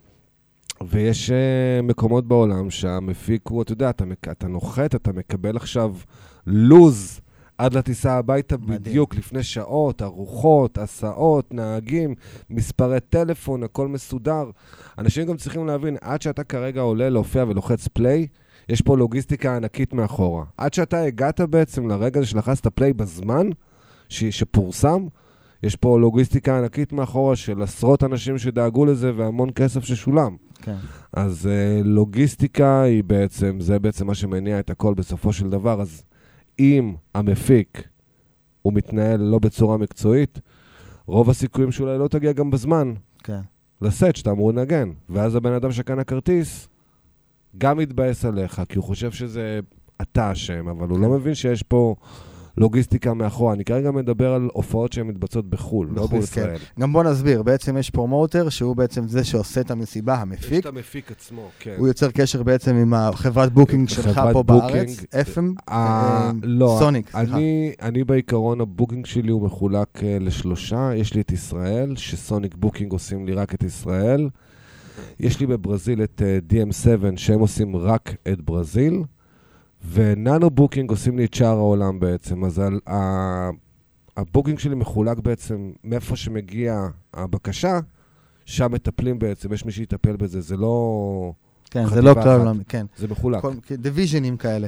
ויש uh, מקומות בעולם שהמפיק הוא, אתה יודע, אתה, אתה נוחת, אתה מקבל עכשיו לוז, עד לטיסה הביתה בדיוק לפני שעות, ארוחות, הסעות, נהגים, מספרי טלפון, הכל מסודר. אנשים גם צריכים להבין, עד שאתה כרגע עולה להופיע ולוחץ פליי, יש פה לוגיסטיקה ענקית מאחורה. עד שאתה הגעת בעצם לרגע הזה שלחצת פליי בזמן ש- שפורסם, יש פה לוגיסטיקה ענקית מאחורה של עשרות אנשים שדאגו לזה והמון כסף ששולם. כן. אז uh, לוגיסטיקה היא בעצם, זה בעצם מה שמניע את הכל בסופו של דבר, אז אם המפיק הוא מתנהל לא בצורה מקצועית, רוב הסיכויים שאולי לא תגיע גם בזמן כן. לסט שאתה אמור לנגן. ואז הבן אדם שקן הכרטיס גם מתבאס עליך, כי הוא חושב שזה אתה אשם, אבל הוא לא מבין שיש פה לוגיסטיקה מאחורה. אני כרגע מדבר על הופעות שהן מתבצעות בחול, לא בישראל. גם בוא נסביר, בעצם יש פרומוטר שהוא בעצם זה שעושה את המסיבה, המפיק. יש את המפיק עצמו, כן. הוא יוצר קשר בעצם עם החברת בוקינג שלך פה בארץ, אף אם? לא, סוניק, סליחה. אני בעיקרון, הבוקינג שלי הוא מחולק לשלושה. יש לי את ישראל, שסוניק בוקינג עושים לי רק את ישראל. יש לי בברזיל את די אם שבע, שהם עושים רק את ברזיל. וננו בוקינג עושים לי את שער העולם בעצם, אז הבוקינג שלי מחולק בעצם מאיפה שמגיע הבקשה, שם מטפלים בעצם, יש מי שיטפל בזה, זה לא... כן, זה לא כלל עולמי, כן. זה מחולק. דיוויז'נים כאלה.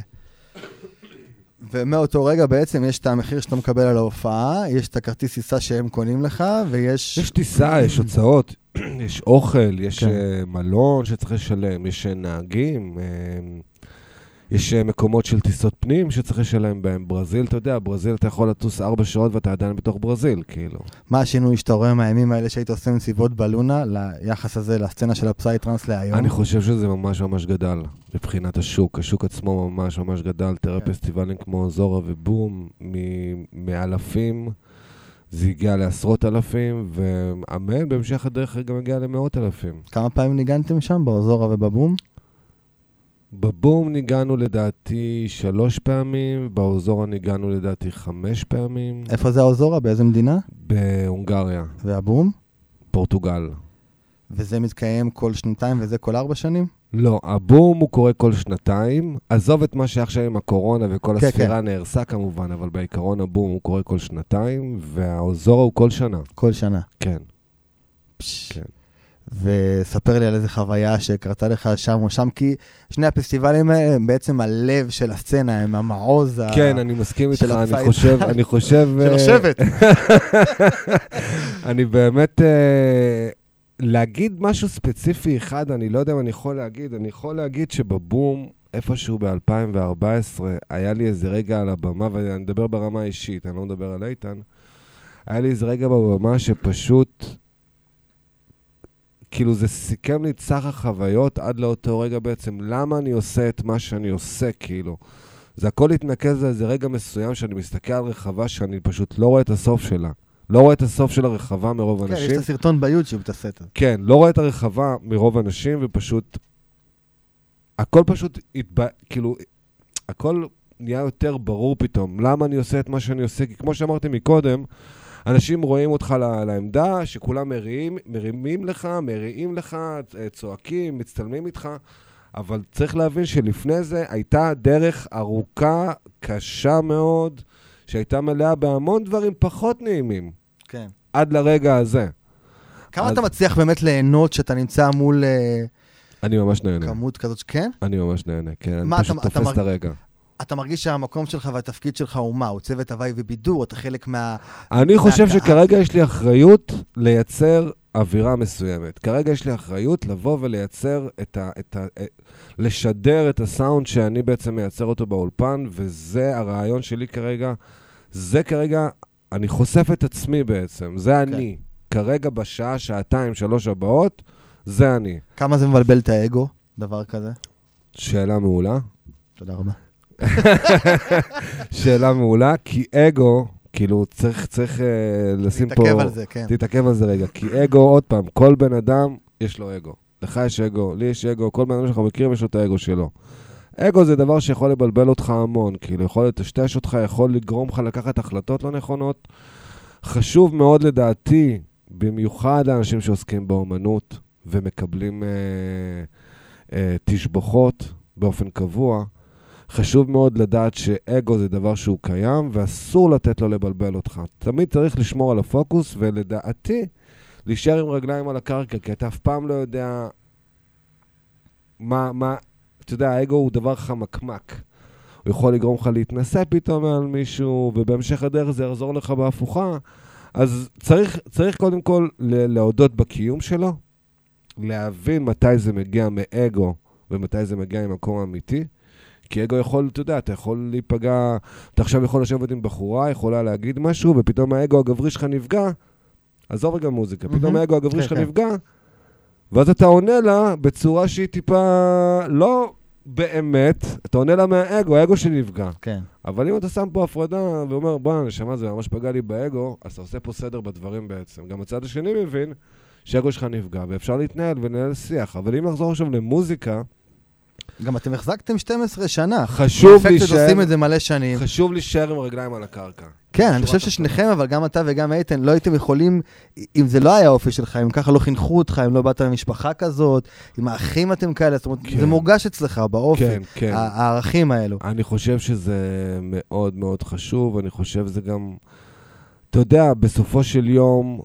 ומאותו רגע בעצם יש את המחיר שאתה מקבל על ההופעה, יש את הכרטיס טיסה שהם קונים לך, ויש... יש טיסה, יש הוצאות, יש אוכל, יש מלון שצריך לשלם, יש נהגים... יש מקומות של טיסות פנים שצריך לשלם בהם. ברזיל, אתה יודע, ברזיל אתה יכול לטוס ארבע שעות ואתה עדיין בתוך ברזיל, כאילו. מה השינוי שאתה רואה מהימים האלה שהיית עושה מסיבות בלונה, ליחס הזה, לסצנה של הפסייטרנס להיום? אני חושב שזה ממש ממש גדל, מבחינת השוק. השוק עצמו ממש ממש גדל. תראה פסטיבלים כמו זורה ובום, מאלפים, זה הגיע לעשרות אלפים, ואמן, בהמשך הדרך גם הגיע למאות אלפים. כמה פעמים ניגנתם שם, באזורה ובבום? בבום ניגענו לדעתי שלוש פעמים, באוזורה ניגענו לדעתי חמש פעמים. איפה זה האוזורה? באיזה מדינה? בהונגריה. והבום? פורטוגל. וזה מתקיים כל שנתיים וזה כל ארבע שנים? לא, הבום הוא קורה כל שנתיים. עזוב את מה שעכשיו עם הקורונה וכל כן, הספירה כן. נהרסה כמובן, אבל בעיקרון הבום הוא קורה כל שנתיים, והאוזורה הוא כל שנה. כל שנה. כן. פש... כן. וספר לי על איזה חוויה שקרתה לך שם או שם, כי שני הפסטיבלים האלה הם בעצם הלב של הסצנה, הם המעוז של הפייט. כן, אני מסכים איתך, אני חושב, אני חושב... של השבט. אני באמת... להגיד משהו ספציפי אחד, אני לא יודע אם אני יכול להגיד, אני יכול להגיד שבבום, איפשהו ב-אלפיים וארבע עשרה, היה לי איזה רגע על הבמה, ואני מדבר ברמה האישית, אני לא מדבר על איתן, היה לי איזה רגע בבמה שפשוט, כאילו זה סיכם לי את סך החוויות עד לאותו רגע בעצם, למה אני עושה את מה שאני עושה, כאילו. זה הכל התנקז לאיזה רגע מסוים שאני מסתכל על רחבה שאני פשוט לא רואה את הסוף שלה. לא רואה את הסוף של הרחבה מרוב אנשים. כן, יש את הסרטון ביוטיוב, את הסט. כן, לא רואה את הרחבה מרוב אנשים, ופשוט, הכל פשוט, התבא, כאילו, הכל נהיה יותר ברור פתאום. למה אני עושה את מה שאני עושה? כי כמו שאמרתי מקודם, אנשים רואים אותך לעמדה, שכולם מריעים, מרימים לך, מריעים לך, צועקים, מצטלמים איתך, אבל צריך להבין שלפני זה הייתה דרך ארוכה, קשה מאוד, שהייתה מלאה בהמון דברים פחות נעימים. כן. עד לרגע הזה. כמה אתה מצליח באמת ליהנות שאתה נמצא מול... אני ממש נהנה. כמות כזאת, כן? אני ממש נהנה, כן. אני פשוט תופס את הרגע. אתה מרגיש שהמקום שלך והתפקיד שלך הוא מה? הוא צוות הוואי ובידור? אתה חלק מה... אני חושב שכרגע יש לי אחריות לייצר אווירה מסוימת. כרגע יש לי אחריות לבוא ולייצר את ה... את ה... לשדר את הסאונד שאני בעצם מייצר אותו באולפן, וזה הרעיון שלי כרגע. זה כרגע, אני חושף את עצמי בעצם. זה אני. כרגע בשעה, שעתיים, שלוש הבאות, זה אני. כמה זה מבלבל את האגו, דבר כזה? שאלה מעולה. תודה רבה. שאלה מעולה, כי אגו, כאילו צריך, צריך uh, לשים פה... תתעכב על זה, כן. תתעכב על זה רגע, כי אגו, עוד פעם, כל בן אדם יש לו אגו. לך יש אגו, לי יש אגו, כל בן אדם שאנחנו מכירים יש לו את האגו שלו. אגו זה דבר שיכול לבלבל אותך המון, כאילו יכול לטשטש אותך, יכול לגרום לך לקחת החלטות לא נכונות. חשוב מאוד לדעתי, במיוחד לאנשים שעוסקים באומנות ומקבלים אה, אה, תשבחות באופן קבוע, חשוב מאוד לדעת שאגו זה דבר שהוא קיים, ואסור לתת לו לבלבל אותך. תמיד צריך לשמור על הפוקוס, ולדעתי, להישאר עם רגליים על הקרקע, כי אתה אף פעם לא יודע מה, מה, אתה יודע, האגו הוא דבר חמקמק. הוא יכול לגרום לך להתנסה פתאום על מישהו, ובהמשך הדרך זה יחזור לך בהפוכה. אז צריך, צריך קודם כל להודות בקיום שלו, להבין מתי זה מגיע מאגו, ומתי זה מגיע ממקום אמיתי. כי אגו יכול, אתה יודע, אתה יכול להיפגע, אתה עכשיו יכול לשבת עם בחורה, יכולה להגיד משהו, ופתאום האגו הגברי שלך נפגע, עזוב רגע מוזיקה, פתאום האגו הגברי שלך נפגע, ואז אתה עונה לה בצורה שהיא טיפה לא באמת, אתה עונה לה מהאגו, האגו שנפגע. כן. אבל אם אתה שם פה הפרדה ואומר, בוא, נשמה, זה ממש פגע לי באגו, אז אתה עושה פה סדר בדברים בעצם. גם הצד השני מבין שהאגו שלך נפגע, ואפשר להתנהל ולנהל שיח. אבל אם נחזור עכשיו למוזיקה, גם אתם החזקתם שתים עשרה שנה. חשוב לי שהם... עושים את זה מלא שנים. חשוב לי להישאר עם הרגליים על הקרקע. כן, אני חושב ששניכם, אבל גם אתה וגם איתן, לא הייתם יכולים, אם זה לא היה האופי שלך, אם ככה לא חינכו אותך, אם לא באת למשפחה כזאת, אם האחים אתם כאלה, זאת אומרת, זה מורגש אצלך באופי, הערכים האלו. אני חושב שזה מאוד מאוד חשוב, אני חושב שזה גם, אתה יודע, בסופו של יום,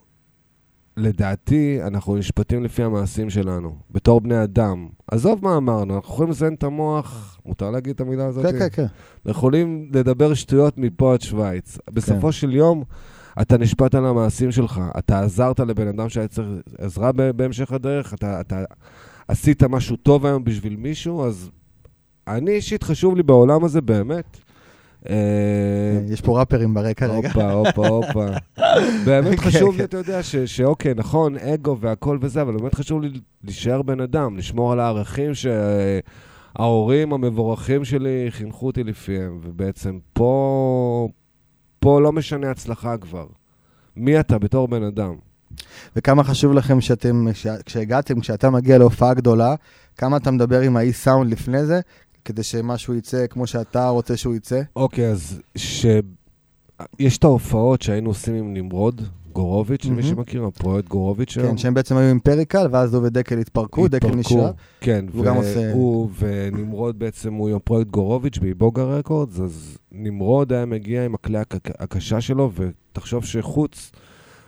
לדעתי, אנחנו נשפטים לפי המעשים שלנו, בתור בני אדם. עזוב מה אמרנו, אנחנו יכולים לזיין את המוח, מותר להגיד את המילה הזאת? כן, כן, כן. אנחנו יכולים לדבר שטויות מפה עד שוויץ. בסופו של יום, אתה נשפט על המעשים שלך, אתה עזרת לבן אדם שהיה צריך עזרה בהמשך הדרך, אתה, אתה עשית משהו טוב היום בשביל מישהו, אז אני אישית חשוב לי בעולם הזה באמת, יש פה ראפרים ברקע רגע. הופה, הופה, הופה. באמת חשוב לי, אתה יודע, שאוקיי, נכון, אגו והכל וזה, אבל באמת חשוב לי להישאר בן אדם, לשמור על הערכים שההורים המבורכים שלי חינכו אותי לפיהם, ובעצם פה, פה לא משנה הצלחה כבר. מי אתה בתור בן אדם? וכמה חשוב לכם שאתם, כשהגעתם, כשאתה מגיע להופעה גדולה, כמה אתה מדבר עם האי סאונד לפני זה? כדי שמשהו יצא כמו שאתה רוצה שהוא יצא? אוקיי, אז יש את ההופעות שהיינו עושים עם נמרוד גורוביץ', מי שמכיר, הפרויקט גורוביץ'. כן, שהם בעצם היו עם פריקל, ואז הוא ודקל התפרקו, דקל נשאר. כן, והוא ונמרוד בעצם הוא עם פרויקט גורוביץ' ביבוגה רקורדס, אז נמרוד היה מגיע עם הכלי הקשה שלו, ותחשוב שחוץ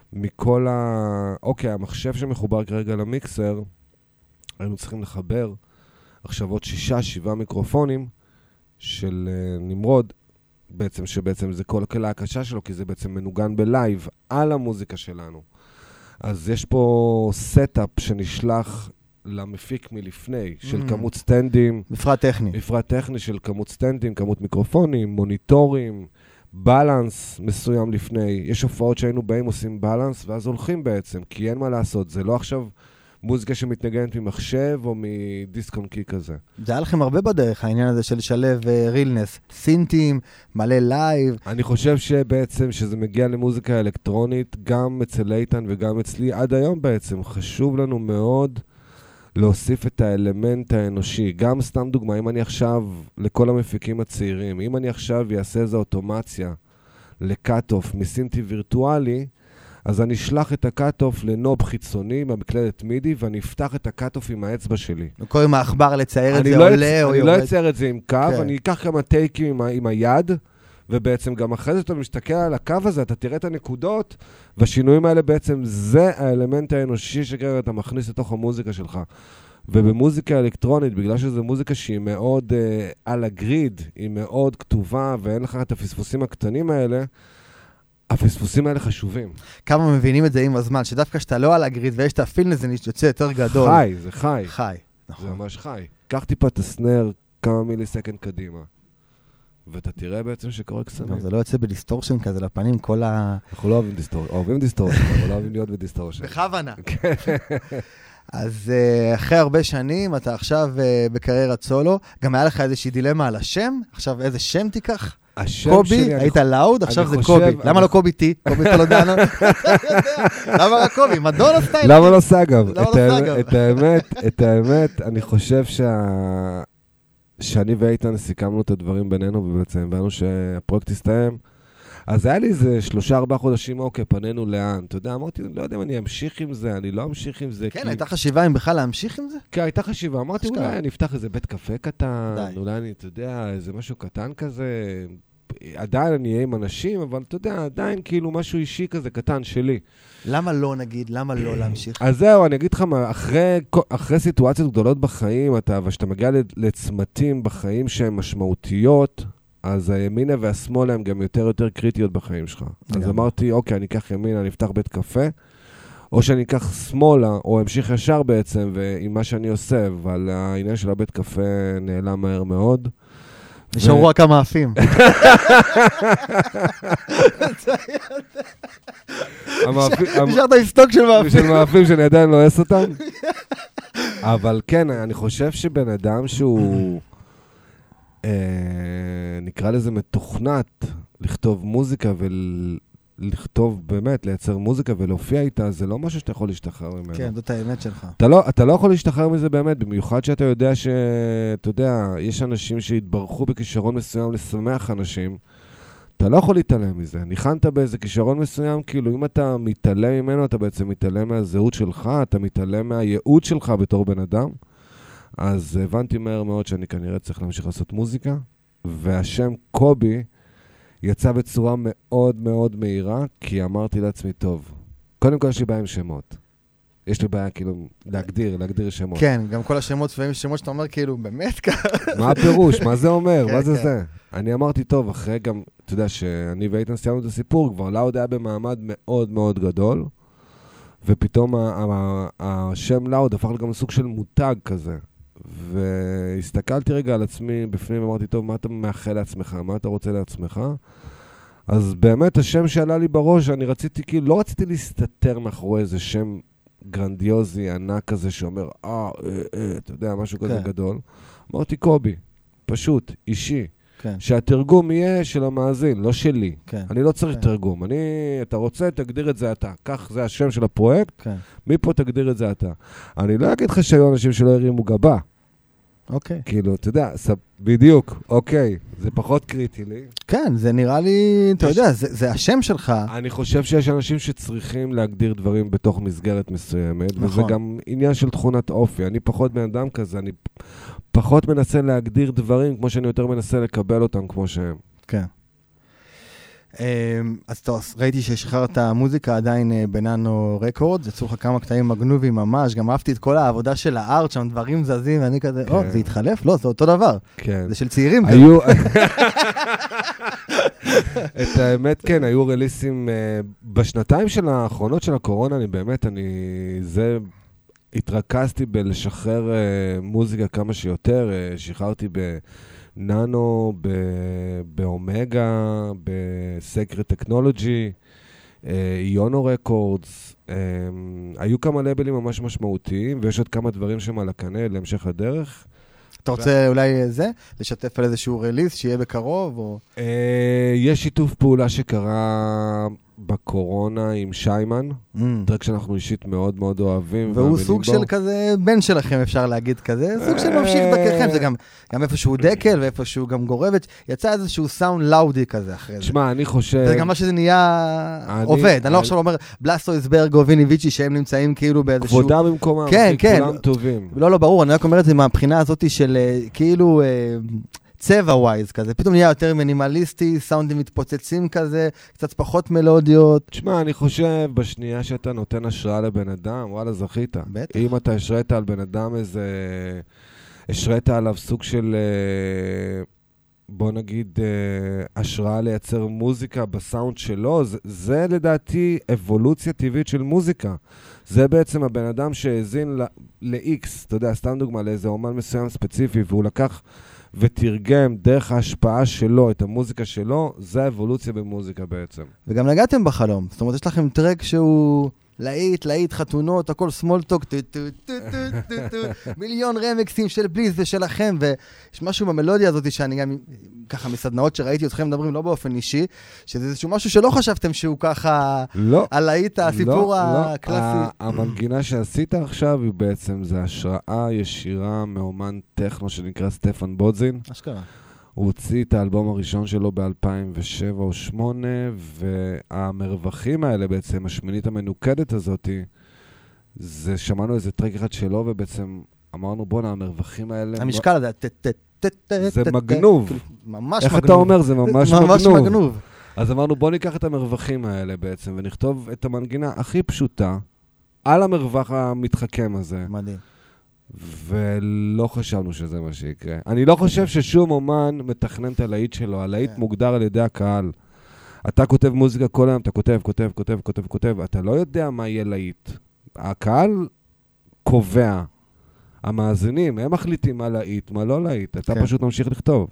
מכל ה... אוקיי, המחשב שמחובר כרגע למיקסר, היינו צריכים לחבר עכשיו עוד שישה, שבעה מיקרופונים של uh, נמרוד, בעצם שבעצם זה כל הקלה הקשה שלו, כי זה בעצם מנוגן בלייב על המוזיקה שלנו. אז יש פה סטאפ שנשלח למפיק מלפני, של Mm. כמות סטנדים, מפרט טכני. מפרט טכני של כמות סטנדים, כמות מיקרופונים, מוניטורים, בלנס מסוים לפני. יש הופעות שהיינו באים עושים בלנס, ואז הולכים בעצם, כי אין מה לעשות. זה לא עכשיו מוזיקה שמתנגנת ממחשב או מדיסק און קי כזה. זה היה לכם הרבה בדרך, העניין הזה של שלב רילנס, סינטים, מלא לייב. אני חושב שבעצם שזה מגיע למוזיקה אלקטרונית, גם אצל איתן וגם אצלי, עד היום בעצם, חשוב לנו מאוד להוסיף את האלמנט האנושי. גם סתם דוגמה, אם אני עכשיו, לכל המפיקים הצעירים, אם אני עכשיו אעשה איזו אוטומציה לקאט-אוף מסינטי וירטואלי, אז אני אשלח את הקאט-אוף לנוב חיצוני במקלדת מידי, ואני אפתח את הקאט-אוף עם האצבע שלי. וכל עם האחבר לצייר את זה לא עולה יצ... או אני יורד. לא אצייר את זה עם קו, כן. אני אקח כמה טייקים עם, ה... עם היד, ובעצם גם אחרי זה אתה מסתכל על הקו הזה, אתה תראה את הנקודות, והשינויים האלה בעצם זה האלמנט האנושי שכרגע אתה מכניס לתוך המוזיקה שלך. ובמוזיקה אלקטרונית, בגלל שזו מוזיקה שהיא מאוד uh, על הגריד, היא מאוד כתובה, ואין לך את הפספוסים הקטנים האלה, הפספוסים האלה חשובים. כמה מבינים את זה עם הזמן, שדווקא שאתה לא על הגריד ויש את הפילן הזה יוצא יותר גדול. חי, זה חי. חי, זה נכון. ממש חי. קח טיפה את הסנר כמה מילי סקנד קדימה, ואתה תראה בעצם שקורה קסמים. זה לא יוצא בדיסטורשן כזה לפנים, כל ה... אנחנו לא אוהבים דיסטורשן, אוהבים דיסטורשן, אבל לא אוהבים להיות בדיסטורשן. בכוונה. אז אחרי הרבה שנים, אתה עכשיו בקריירת סולו, גם היה לך איזושהי דילמה על השם, עכשיו איזה שם תיקח? קובי, היית לאוד, עכשיו זה קובי. למה לא קובי טי? קובי טולודנו? למה רק קובי? מדונה סטייל? למה לא סגב? למה לא סגב? את האמת, את האמת, אני חושב שאני ואיתן סיכמנו את הדברים בינינו, ובעצם הבנו שהפרויקט הסתיים. אז היה לי איזה שלושה, ארבעה חודשים, אוקיי, פנינו לאן. אתה יודע, אמרתי, לא יודע אם אני אמשיך עם זה, אני לא אמשיך עם זה. כן, הייתה חשיבה אם בכלל להמשיך עם זה? כן, הייתה חשיבה. אמרתי, אולי אני אפתח איזה בית קפה קטן, אולי אני, אתה יודע, איזה משהו קטן כזה. עדיין אני אהיה עם אנשים, אבל אתה יודע, עדיין כאילו משהו אישי כזה קטן שלי. למה לא נגיד? למה לא להמשיך? אז זהו, אני אגיד לך מה, אחרי, אחרי סיטואציות גדולות בחיים, אתה, ושאתה מגיע לצמתים בחיים שהן משמעותיות, אז הימינה והשמאלה הם גם יותר יותר קריטיות בחיים שלך. אז אמרתי, אוקיי, אני אקח ימינה, אני אפתח בית קפה, או שאני אקח שמאלה, או אמשיך ישר בעצם, ועם מה שאני עושה, אבל העניין של הבית קפה נעלם מהר מאוד. נשארו רק המאפים. נשארת עם סטוק של מאפים. של מאפים שאני עדיין לא אעש אותם. אבל כן, אני חושב שבן אדם שהוא, נקרא לזה מתוכנת, לכתוב מוזיקה ולכתוב באמת, לייצר מוזיקה ולהופיע איתה, זה לא משהו שאתה יכול להשתחרר ממנו. כן, זאת האמת שלך. אתה לא, אתה לא יכול להשתחרר מזה באמת, במיוחד שאתה יודע ש... אתה יודע, יש אנשים שהתברכו בכישרון מסוים לשמח אנשים, אתה לא יכול להתעלם מזה. ניחנת באיזה כישרון מסוים, כאילו אם אתה מתעלם ממנו, אתה בעצם מתעלם מהזהות שלך, אתה מתעלם מהייעוד שלך בתור בן אדם. אז הבנתי מהר מאוד שאני כנראה צריך להמשיך לעשות מוזיקה, והשם קובי יצא בצורה מאוד מאוד מהירה, כי אמרתי לעצמי, טוב, קודם כל יש לי בעיה עם שמות. יש לי בעיה כאילו להגדיר, להגדיר שמות. כן, גם כל השמות סביבים שמות שאתה אומר כאילו, באמת ככה. מה הפירוש? מה זה אומר? מה זה זה? אני אמרתי, טוב, אחרי גם, אתה יודע שאני ואיתן סיימנו את הסיפור, כבר לאוד היה במעמד מאוד מאוד גדול, ופתאום השם לאוד הפך גם סוג של מותג כזה. והסתכלתי רגע על עצמי בפנים, אמרתי, טוב, מה אתה מאחל לעצמך? מה אתה רוצה לעצמך? אז באמת השם שעלה לי בראש, אני רציתי, כאילו, לא רציתי להסתתר מאחורי איזה שם גרנדיוזי, ענק כזה שאומר, אה, אה, אה, אתה יודע, משהו כזה גדול. אמרתי, קובי, פשוט, אישי. שהתרגום יהיה של המאזין, לא שלי. אני לא צריך תרגום. אני, אתה רוצה, תגדיר את זה אתה. כך זה השם של הפרויקט, מפה תגדיר את זה אתה. אני לא אגיד לך שהיו אנשים שלא הרימו גבה. אוקיי. כאילו, אתה יודע, בדיוק, אוקיי, זה פחות קריטי לי. כן, זה נראה לי, אתה יודע, זה השם שלך. אני חושב שיש אנשים שצריכים להגדיר דברים בתוך מסגרת מסוימת, וזה גם עניין של תכונת אופי. אני פחות בן אדם כזה, אני פחות מנסה להגדיר דברים כמו שאני יותר מנסה לקבל אותם כמו שהם. כן. אז טוב, ראיתי ששחררת מוזיקה עדיין בננו רקורד, יצאו לך כמה קטעים מגנובים ממש, גם אהבתי את כל העבודה של הארט, שם דברים זזים, ואני כזה, או, זה התחלף? לא, זה אותו דבר. כן. זה של צעירים. היו... את האמת, כן, היו רליסים בשנתיים של האחרונות של הקורונה, אני באמת, אני... זה... התרכזתי בלשחרר מוזיקה כמה שיותר, שחררתי ב... ננו, באומגה, בסקרט טכנולוגי, יונו רקורדס, היו כמה לייבלים ממש משמעותיים, ויש עוד כמה דברים שם על הקנה להמשך הדרך. אתה רוצה אולי זה? לשתף על איזשהו רליס שיהיה בקרוב? או... יש שיתוף פעולה שקרה בקורונה עם שיימן, טרק שאנחנו אישית מאוד מאוד אוהבים. והוא סוג של כזה בן שלכם, אפשר להגיד כזה, סוג של ממשיך דרככם, זה גם איפשהו דקל ואיפשהו גם גורבת, יצא איזשהו סאונד לאודי כזה אחרי זה. תשמע, אני חושב... זה גם מה שזה נהיה עובד, אני לא עכשיו אומר בלאסטו איסברג או ויני ויצ'י שהם נמצאים כאילו באיזשהו... כבודה במקומם, כולם טובים. לא, לא, ברור, אני רק אומר את זה מהבחינה הזאת של כאילו... צבע ווייז כזה, פתאום נהיה יותר מינימליסטי, סאונדים מתפוצצים כזה, קצת פחות מלודיות. תשמע, אני חושב, בשנייה שאתה נותן השראה לבן אדם, וואלה, זכית. בטח. אם אתה השרית על בן אדם איזה... השרית עליו סוג של... בוא נגיד, השראה לייצר מוזיקה בסאונד שלו, זה, זה לדעתי אבולוציה טבעית של מוזיקה. זה בעצם הבן אדם שהזין ל-X, אתה יודע, סתם דוגמה, לאיזה אומן מסוים ספציפי, והוא לקח... ותרגם דרך ההשפעה שלו, את המוזיקה שלו, זה האבולוציה במוזיקה בעצם. וגם נגעתם בחלום. זאת אומרת, יש לכם טרק שהוא להיט, להיט, חתונות, הכל סמולטוק, מיליון רמקסים של בליז ושלכם, ויש משהו במלודיה הזאת שאני גם, ככה מסדנאות שראיתי אתכם מדברים, לא באופן אישי, שזה איזשהו משהו שלא חשבתם שהוא ככה, הלהיט, הסיפור הקלאסי. המנגינה שעשית עכשיו היא בעצם, זה השראה ישירה מאומן טכנו שנקרא סטפן בודזין. אשכרה. הוא הוציא את האלבום הראשון שלו ב-אלפיים ושבע או שמונה, והמרווחים האלה בעצם, השמינית המנוקדת הזאת, זה שמענו איזה טרק אחד שלו, ובעצם אמרנו, בוא נה, המרווחים האלה... המשקל הזה, זה מגנוב. ממש מגנוב. איך אתה אומר? זה ממש מגנוב. ממש מגנוב. אז אמרנו, בוא ניקח את המרווחים האלה בעצם, ונכתוב את המנגינה הכי פשוטה, על המרווח המתחכם הזה. מדהים. ולא חשבנו שזה מה שיקרה. אני לא חושב ששום אומן מתכנן את הלהיט שלו. הלהיט מוגדר על ידי הקהל. אתה כותב מוזיקה כל היום, אתה כותב, כותב, כותב, כותב, כותב. אתה לא יודע מה יהיה להיט. הקהל קובע. המאזינים, הם מחליטים מה להיט, מה לא להיט. אתה פשוט ממשיך לכתוב.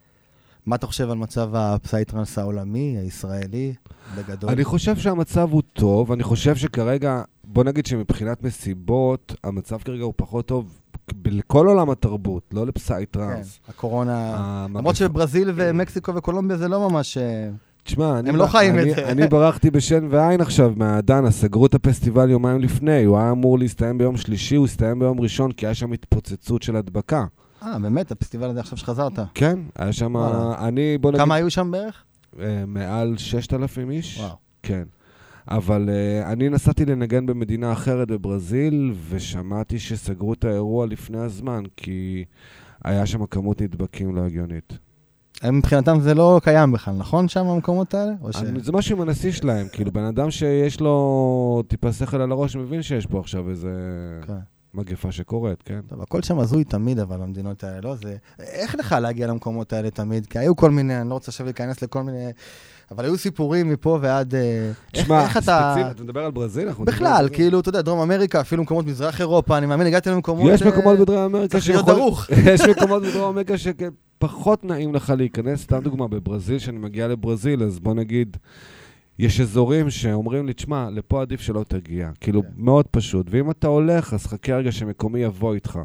מה אתה חושב על מצב הפסייטרנס העולמי, הישראלי, בגדול? אני חושב שהמצב הוא טוב. אני חושב שכרגע... בוא נגיד שמבחינת מסיבות, המצב כרגע הוא פחות טוב בכל עולם התרבות, לא לפסייטרנס. כן, הקורונה... למרות שבברזיל ומקסיקו וקולומביה זה לא ממש... תשמע, הם לא חיים את זה. אני ברחתי בשן ועין עכשיו מהדנה, סגרו את הפסטיבל יומיים לפני, הוא היה אמור להסתיים ביום שלישי, הוא הסתיים ביום ראשון, כי היה שם התפוצצות של הדבקה. אה, באמת? הפסטיבל הזה עכשיו שחזרת? כן, היה שם... אני, בוא נגיד... כמה היו שם בערך? מעל ששת אלפים איש. וואו. כן. אבל uh, אני נסעתי לנגן במדינה אחרת בברזיל, ושמעתי שסגרו את האירוע לפני הזמן, כי היה שם כמות נדבקים לא הגיונית. מבחינתם זה לא קיים בכלל, נכון שם המקומות האלה? ש... אני, זה משהו עם הנשיא שלהם, כאילו בן אדם שיש לו טיפה שכל על הראש, מבין שיש פה עכשיו איזה okay. מגפה שקורית, כן? טוב, הכל שם הזוי תמיד, אבל המדינות האלה, לא? זה... איך לך להגיע למקומות האלה תמיד? כי היו כל מיני, אני לא רוצה עכשיו להיכנס לכל מיני... אבל היו סיפורים מפה ועד... תשמע, ספציפית, אתה מדבר על ברזיל? בכלל, כאילו, אתה יודע, דרום אמריקה, אפילו מקומות מזרח אירופה, אני מאמין, הגעתי למקומות... יש מקומות בדרום אמריקה שיכול... דרוך. יש מקומות בדרום אמריקה שפחות נעים לך להיכנס. סתם דוגמה, בברזיל, שאני מגיע לברזיל, אז בוא נגיד, יש אזורים שאומרים לי, תשמע, לפה עדיף שלא תגיע. כאילו, מאוד פשוט. ואם אתה הולך, אז חכה רגע שמקומי יבוא איתך.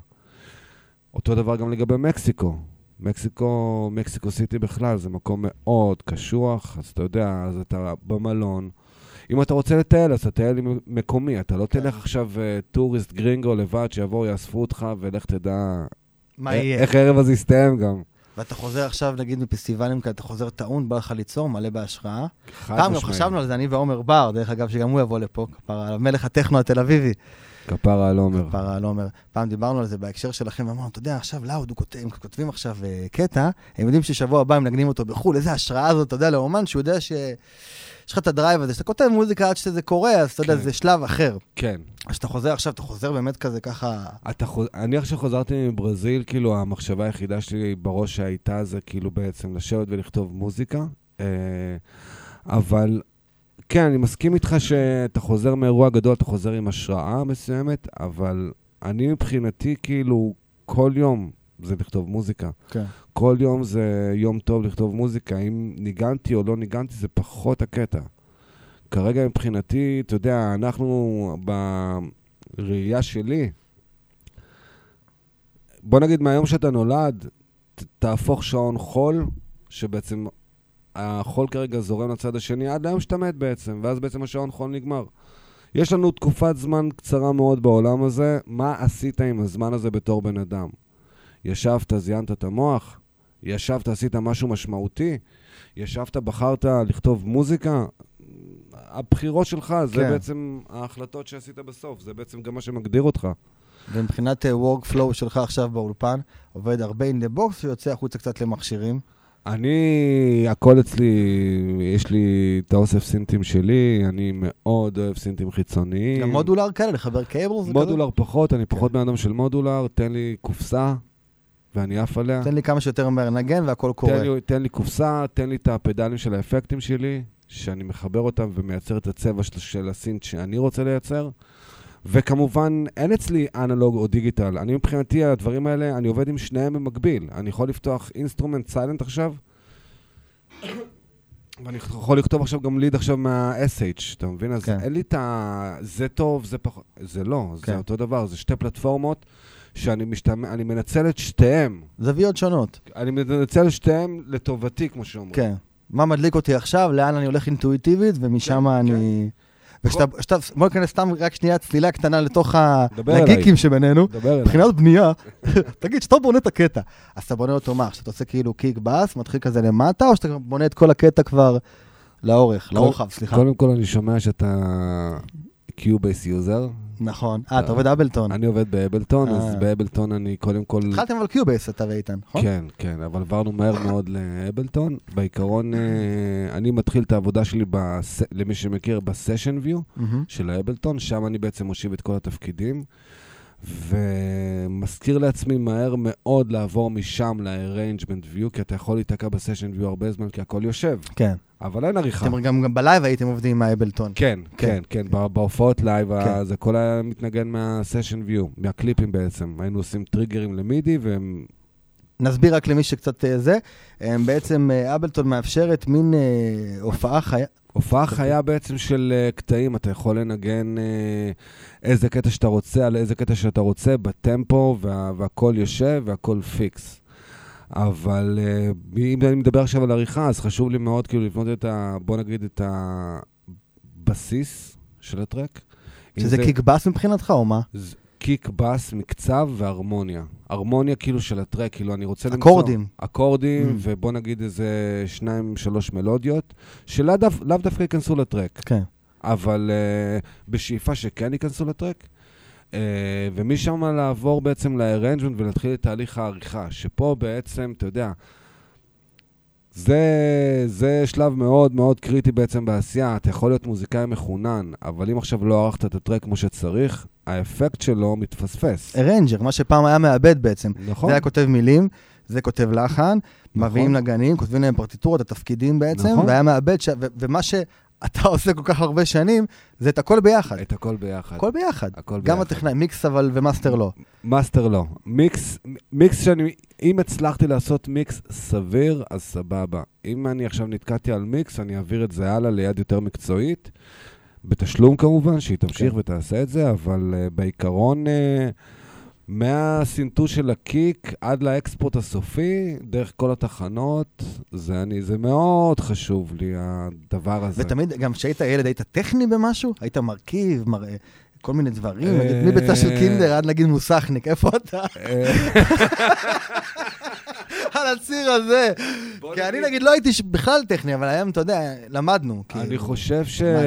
אותו דבר גם לגבי מקסיקו. מקסיקו, מקסיקו סיטי בכלל, זה מקום מאוד קשוח, אז אתה יודע, אז אתה במלון. אם אתה רוצה לטייל, אז אתה טייל מקומי, אתה לא תלך עכשיו טוריסט גרינגו לבד, שיבואו, יאספו אותך, ולך תדע מה יהיה. איך הערב הזה יסתיים גם. ואתה חוזר עכשיו, נגיד, מפסטיבלים כאלה, אתה חוזר טעון, בא לך ליצור, מלא בהשראה. פעם גם חשבנו על זה, אני ועומר בר, דרך אגב, שגם הוא יבוא לפה, כפרה, על מלך הטכנו התל אביבי. כפרה על עומר. כפרה על עומר. פעם דיברנו על זה בהקשר שלכם, ואמרנו, אתה יודע, עכשיו לאוד, הם כותבים עכשיו קטע, הם יודעים ששבוע הבא הם נגנים אותו בחול, איזה השראה הזאת, אתה יודע, לאומן, שהוא יודע ש... יש לך את הדרייב הזה, שאתה כותב מוזיקה עד שזה קורה, אז אתה יודע, זה שלב אחר. כן. אז שאתה חוזר עכשיו, אתה חוזר באמת כזה ככה... אני עכשיו חזרתי מברזיל, כאילו המחשבה היחידה שלי בראש שהייתה זה כאילו בעצם לשבת ולכתוב מוזיקה, אבל כן, אני מסכים איתך שאתה חוזר מאירוע גדול, אתה חוזר עם השראה מסוימת, אבל אני מבחינתי כאילו כל יום זה לכתוב מוזיקה. כן. כל יום זה יום טוב לכתוב מוזיקה. אם ניגנתי או לא ניגנתי, זה פחות הקטע. כרגע מבחינתי, אתה יודע, אנחנו בראייה שלי, בוא נגיד מהיום שאתה נולד, ת, תהפוך שעון חול, שבעצם החול כרגע זורם לצד השני, עד היום שאתה מת בעצם, ואז בעצם השעון חול נגמר. יש לנו תקופת זמן קצרה מאוד בעולם הזה, מה עשית עם הזמן הזה בתור בן אדם? ישבת, זיינת את המוח, ישבת, עשית משהו משמעותי, ישבת, בחרת לכתוב מוזיקה, הבחירות שלך, זה כן. בעצם ההחלטות שעשית בסוף, זה בעצם גם מה שמגדיר אותך. ומבחינת workflow שלך עכשיו באולפן, עובד הרבה in the box ויוצא החוצה קצת למכשירים? אני, הכל אצלי, יש לי את האוסף סינטים שלי, אני מאוד אוהב סינטים חיצוניים. גם מודולר כאלה, לחבר קייבל? מודולר פחות, אני פחות בן אדם של מודולר, תן לי קופסה ואני אף עליה. תן לי כמה שיותר מהר נגן והכל קורה. תן לי, תן לי קופסה, תן לי את הפדלים של האפקטים שלי, שאני מחבר אותם ומייצר את הצבע של, של הסינט שאני רוצה לייצר. וכמובן, אין אצלי אנלוג או דיגיטל. אני מבחינתי, הדברים האלה, אני עובד עם שניהם במקביל. אני יכול לפתוח אינסטרומנט סיילנט עכשיו, ואני יכול לכתוב עכשיו גם ליד עכשיו מה-אס אייץ', אתה מבין? אז אין לי את ה... זה טוב, זה פחות... זה לא, זה אותו דבר. זה שתי פלטפורמות שאני משתמע... אני מנצל את שתיהם. זוויות שונות. אני מנצל את שתיהם לטובתי, כמו שאומרים. כן. מה מדליק אותי עכשיו, לאן אני הולך אינטואיטיבית, ומשם אני... ושאתה, בוא נכנס סתם רק שנייה צלילה קטנה לתוך הגיקים שבינינו, מבחינת בנייה, תגיד, שאתה בונה את הקטע, אז אתה בונה אותו מה? שאתה עושה כאילו קיק באס, מתחיל כזה למטה, או שאתה בונה את כל הקטע כבר לאורך, לאורחב, סליחה. קודם כל אני שומע שאתה קיובייס יוזר. נכון. אה, אתה עובד באבלטון. אני עובד באבלטון, אז באבלטון אני קודם כל... התחלתם על קיובייס, אתה ואיתן, נכון? כן, כן, אבל עברנו מהר מאוד לאבלטון. בעיקרון, אני מתחיל את העבודה שלי, למי שמכיר, בסשן ויו של האבלטון, שם אני בעצם מושיב את כל התפקידים, ומזכיר לעצמי מהר מאוד לעבור משם ל-arrangement view, כי אתה יכול להתעקע בסשן ויו הרבה זמן, כי הכל יושב. כן. אבל אין עריכה. אתם גם, גם בלייב הייתם עובדים עם האבלטון. כן, כן, כן. בהופעות לייב, כן. זה הכל היה מתנגן מהסשן ויו, מהקליפים בעצם. היינו עושים טריגרים למידי, והם... נסביר רק למי שקצת זה. בעצם אבלטון מאפשרת מין אה, הופעה חיה. הופעה חיה בעצם של uh, קטעים, אתה יכול לנגן uh, איזה קטע שאתה רוצה, על איזה קטע שאתה רוצה, בטמפו, וה, והכל יושב, והכל פיקס. אבל uh, אם אני מדבר עכשיו על עריכה, אז חשוב לי מאוד כאילו לבנות את ה... בוא נגיד את הבסיס של הטרק. שזה זה... קיק בס מבחינתך או מה? ז... קיק בס, מקצב והרמוניה. הרמוניה כאילו של הטרק, כאילו אני רוצה למצוא... אקורדים. אקורדים, mm. ובוא נגיד איזה שניים, שלוש מלודיות, שלאו דו, דווקא ייכנסו לטרק. כן. אבל uh, בשאיפה שכן ייכנסו לטרק, uh, ומשם לעבור בעצם ל-arrangement ולהתחיל את תהליך העריכה, שפה בעצם, אתה יודע, זה, זה שלב מאוד מאוד קריטי בעצם בעשייה. אתה יכול להיות מוזיקאי מחונן, אבל אם עכשיו לא ערכת את הטרק כמו שצריך, האפקט שלו מתפספס. ארנג'ר, מה שפעם היה מאבד בעצם. נכון. זה היה כותב מילים, זה כותב לחן, נכון. מביאים נגנים, כותבים להם פרטיטורות, התפקידים בעצם, נכון. והיה מאבד, ש... ו- ומה שאתה עושה כל כך הרבה שנים, זה את הכל ביחד. את הכל ביחד. הכל ביחד. הכל גם ביחד. הטכנאי, מיקס אבל ומאסטר לא. מאסטר לא. מיקס, מיקס שאני, אם הצלחתי לעשות מיקס סביר, אז סבבה. אם אני עכשיו נתקעתי על מיקס, אני אעביר את זה הלאה ליד יותר מקצועית, בתשלום כמובן, שהיא תמשיך okay. ותעשה את זה, אבל uh, בעיקרון, uh, מהסינטוש של הקיק עד לאקספורט הסופי, דרך כל התחנות, זה, אני, זה מאוד חשוב לי, הדבר הזה. ותמיד, גם כשהיית ילד, היית טכני במשהו? היית מרכיב, מראה, כל מיני דברים, נגיד, מביצה של קינדר, עד נגיד מוסכניק, איפה אתה? על הציר הזה. כי אני נגיד לא הייתי בכלל טכני, אבל היום, אתה יודע, למדנו. אני חושב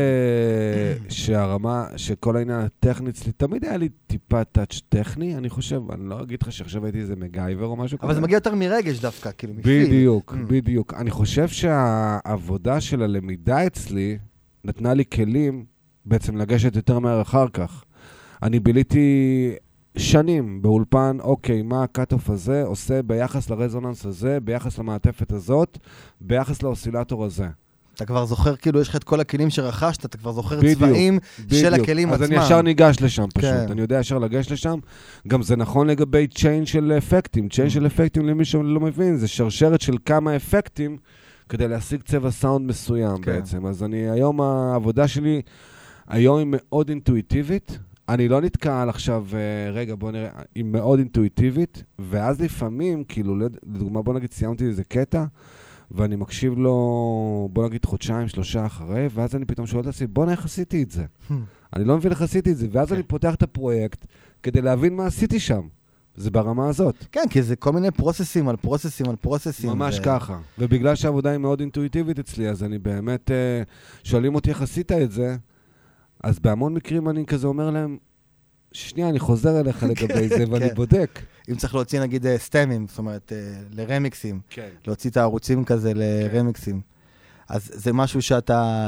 שהרמה, שכל העניין הטכני אצלי, תמיד היה לי טיפה טאץ' טכני, אני חושב, אני לא אגיד לך שעכשיו הייתי איזה מגייבר או משהו כזה. אבל זה מגיע יותר מרגש דווקא, כאילו, מפיל. בדיוק, בדיוק. אני חושב שהעבודה של הלמידה אצלי נתנה לי כלים בעצם לגשת יותר מהר אחר כך. אני ביליתי שנים באולפן, אוקיי, מה הקאט-אוף הזה עושה ביחס לרזוננס הזה, ביחס למעטפת הזאת, ביחס לאוסילטור הזה. אתה כבר זוכר, כאילו, יש לך את כל הכלים שרכשת, אתה כבר זוכר בדיוק, צבעים בדיוק. של הכלים אז עצמם. אז אני ישר ניגש לשם פשוט, כן. אני יודע ישר לגש לשם. גם זה נכון לגבי צ'יין של אפקטים. צ'יין של אפקטים, למי שלא מבין, זה שרשרת של כמה אפקטים, כדי להשיג צבע סאונד מסוים כן. בעצם. אז אני, היום העבודה שלי, היום היא מאוד אינטואיטיבית, אני לא נתקע על עכשיו, רגע, בוא נראה, היא מאוד אינטואיטיבית, ואז לפעמים, כאילו, לדוגמה, בוא נגיד, סיימתי איזה קטע, ואני מקשיב לו, בוא נגיד, חודשיים, שלושה אחרי, ואז אני פתאום שואל את עצמי, בוא איך עשיתי את זה? אני לא מבין איך עשיתי את זה, ואז אני פותח את הפרויקט, כדי להבין מה עשיתי שם. זה ברמה הזאת. כן, כי זה כל מיני פרוססים על פרוססים על פרוססים. ממש ככה. ובגלל שהעבודה היא מאוד אינטואיטיבית אצלי, אז אני באמת, שואלים אותי איך עשית את זה, אז בהמון מקרים אני כזה אומר להם, שנייה, אני חוזר אליך לגבי זה, ואני בודק. אם צריך להוציא, נגיד, סטמים, זאת אומרת, לרמיקסים, להוציא את הערוצים כזה לרמיקסים. אז זה משהו שאתה...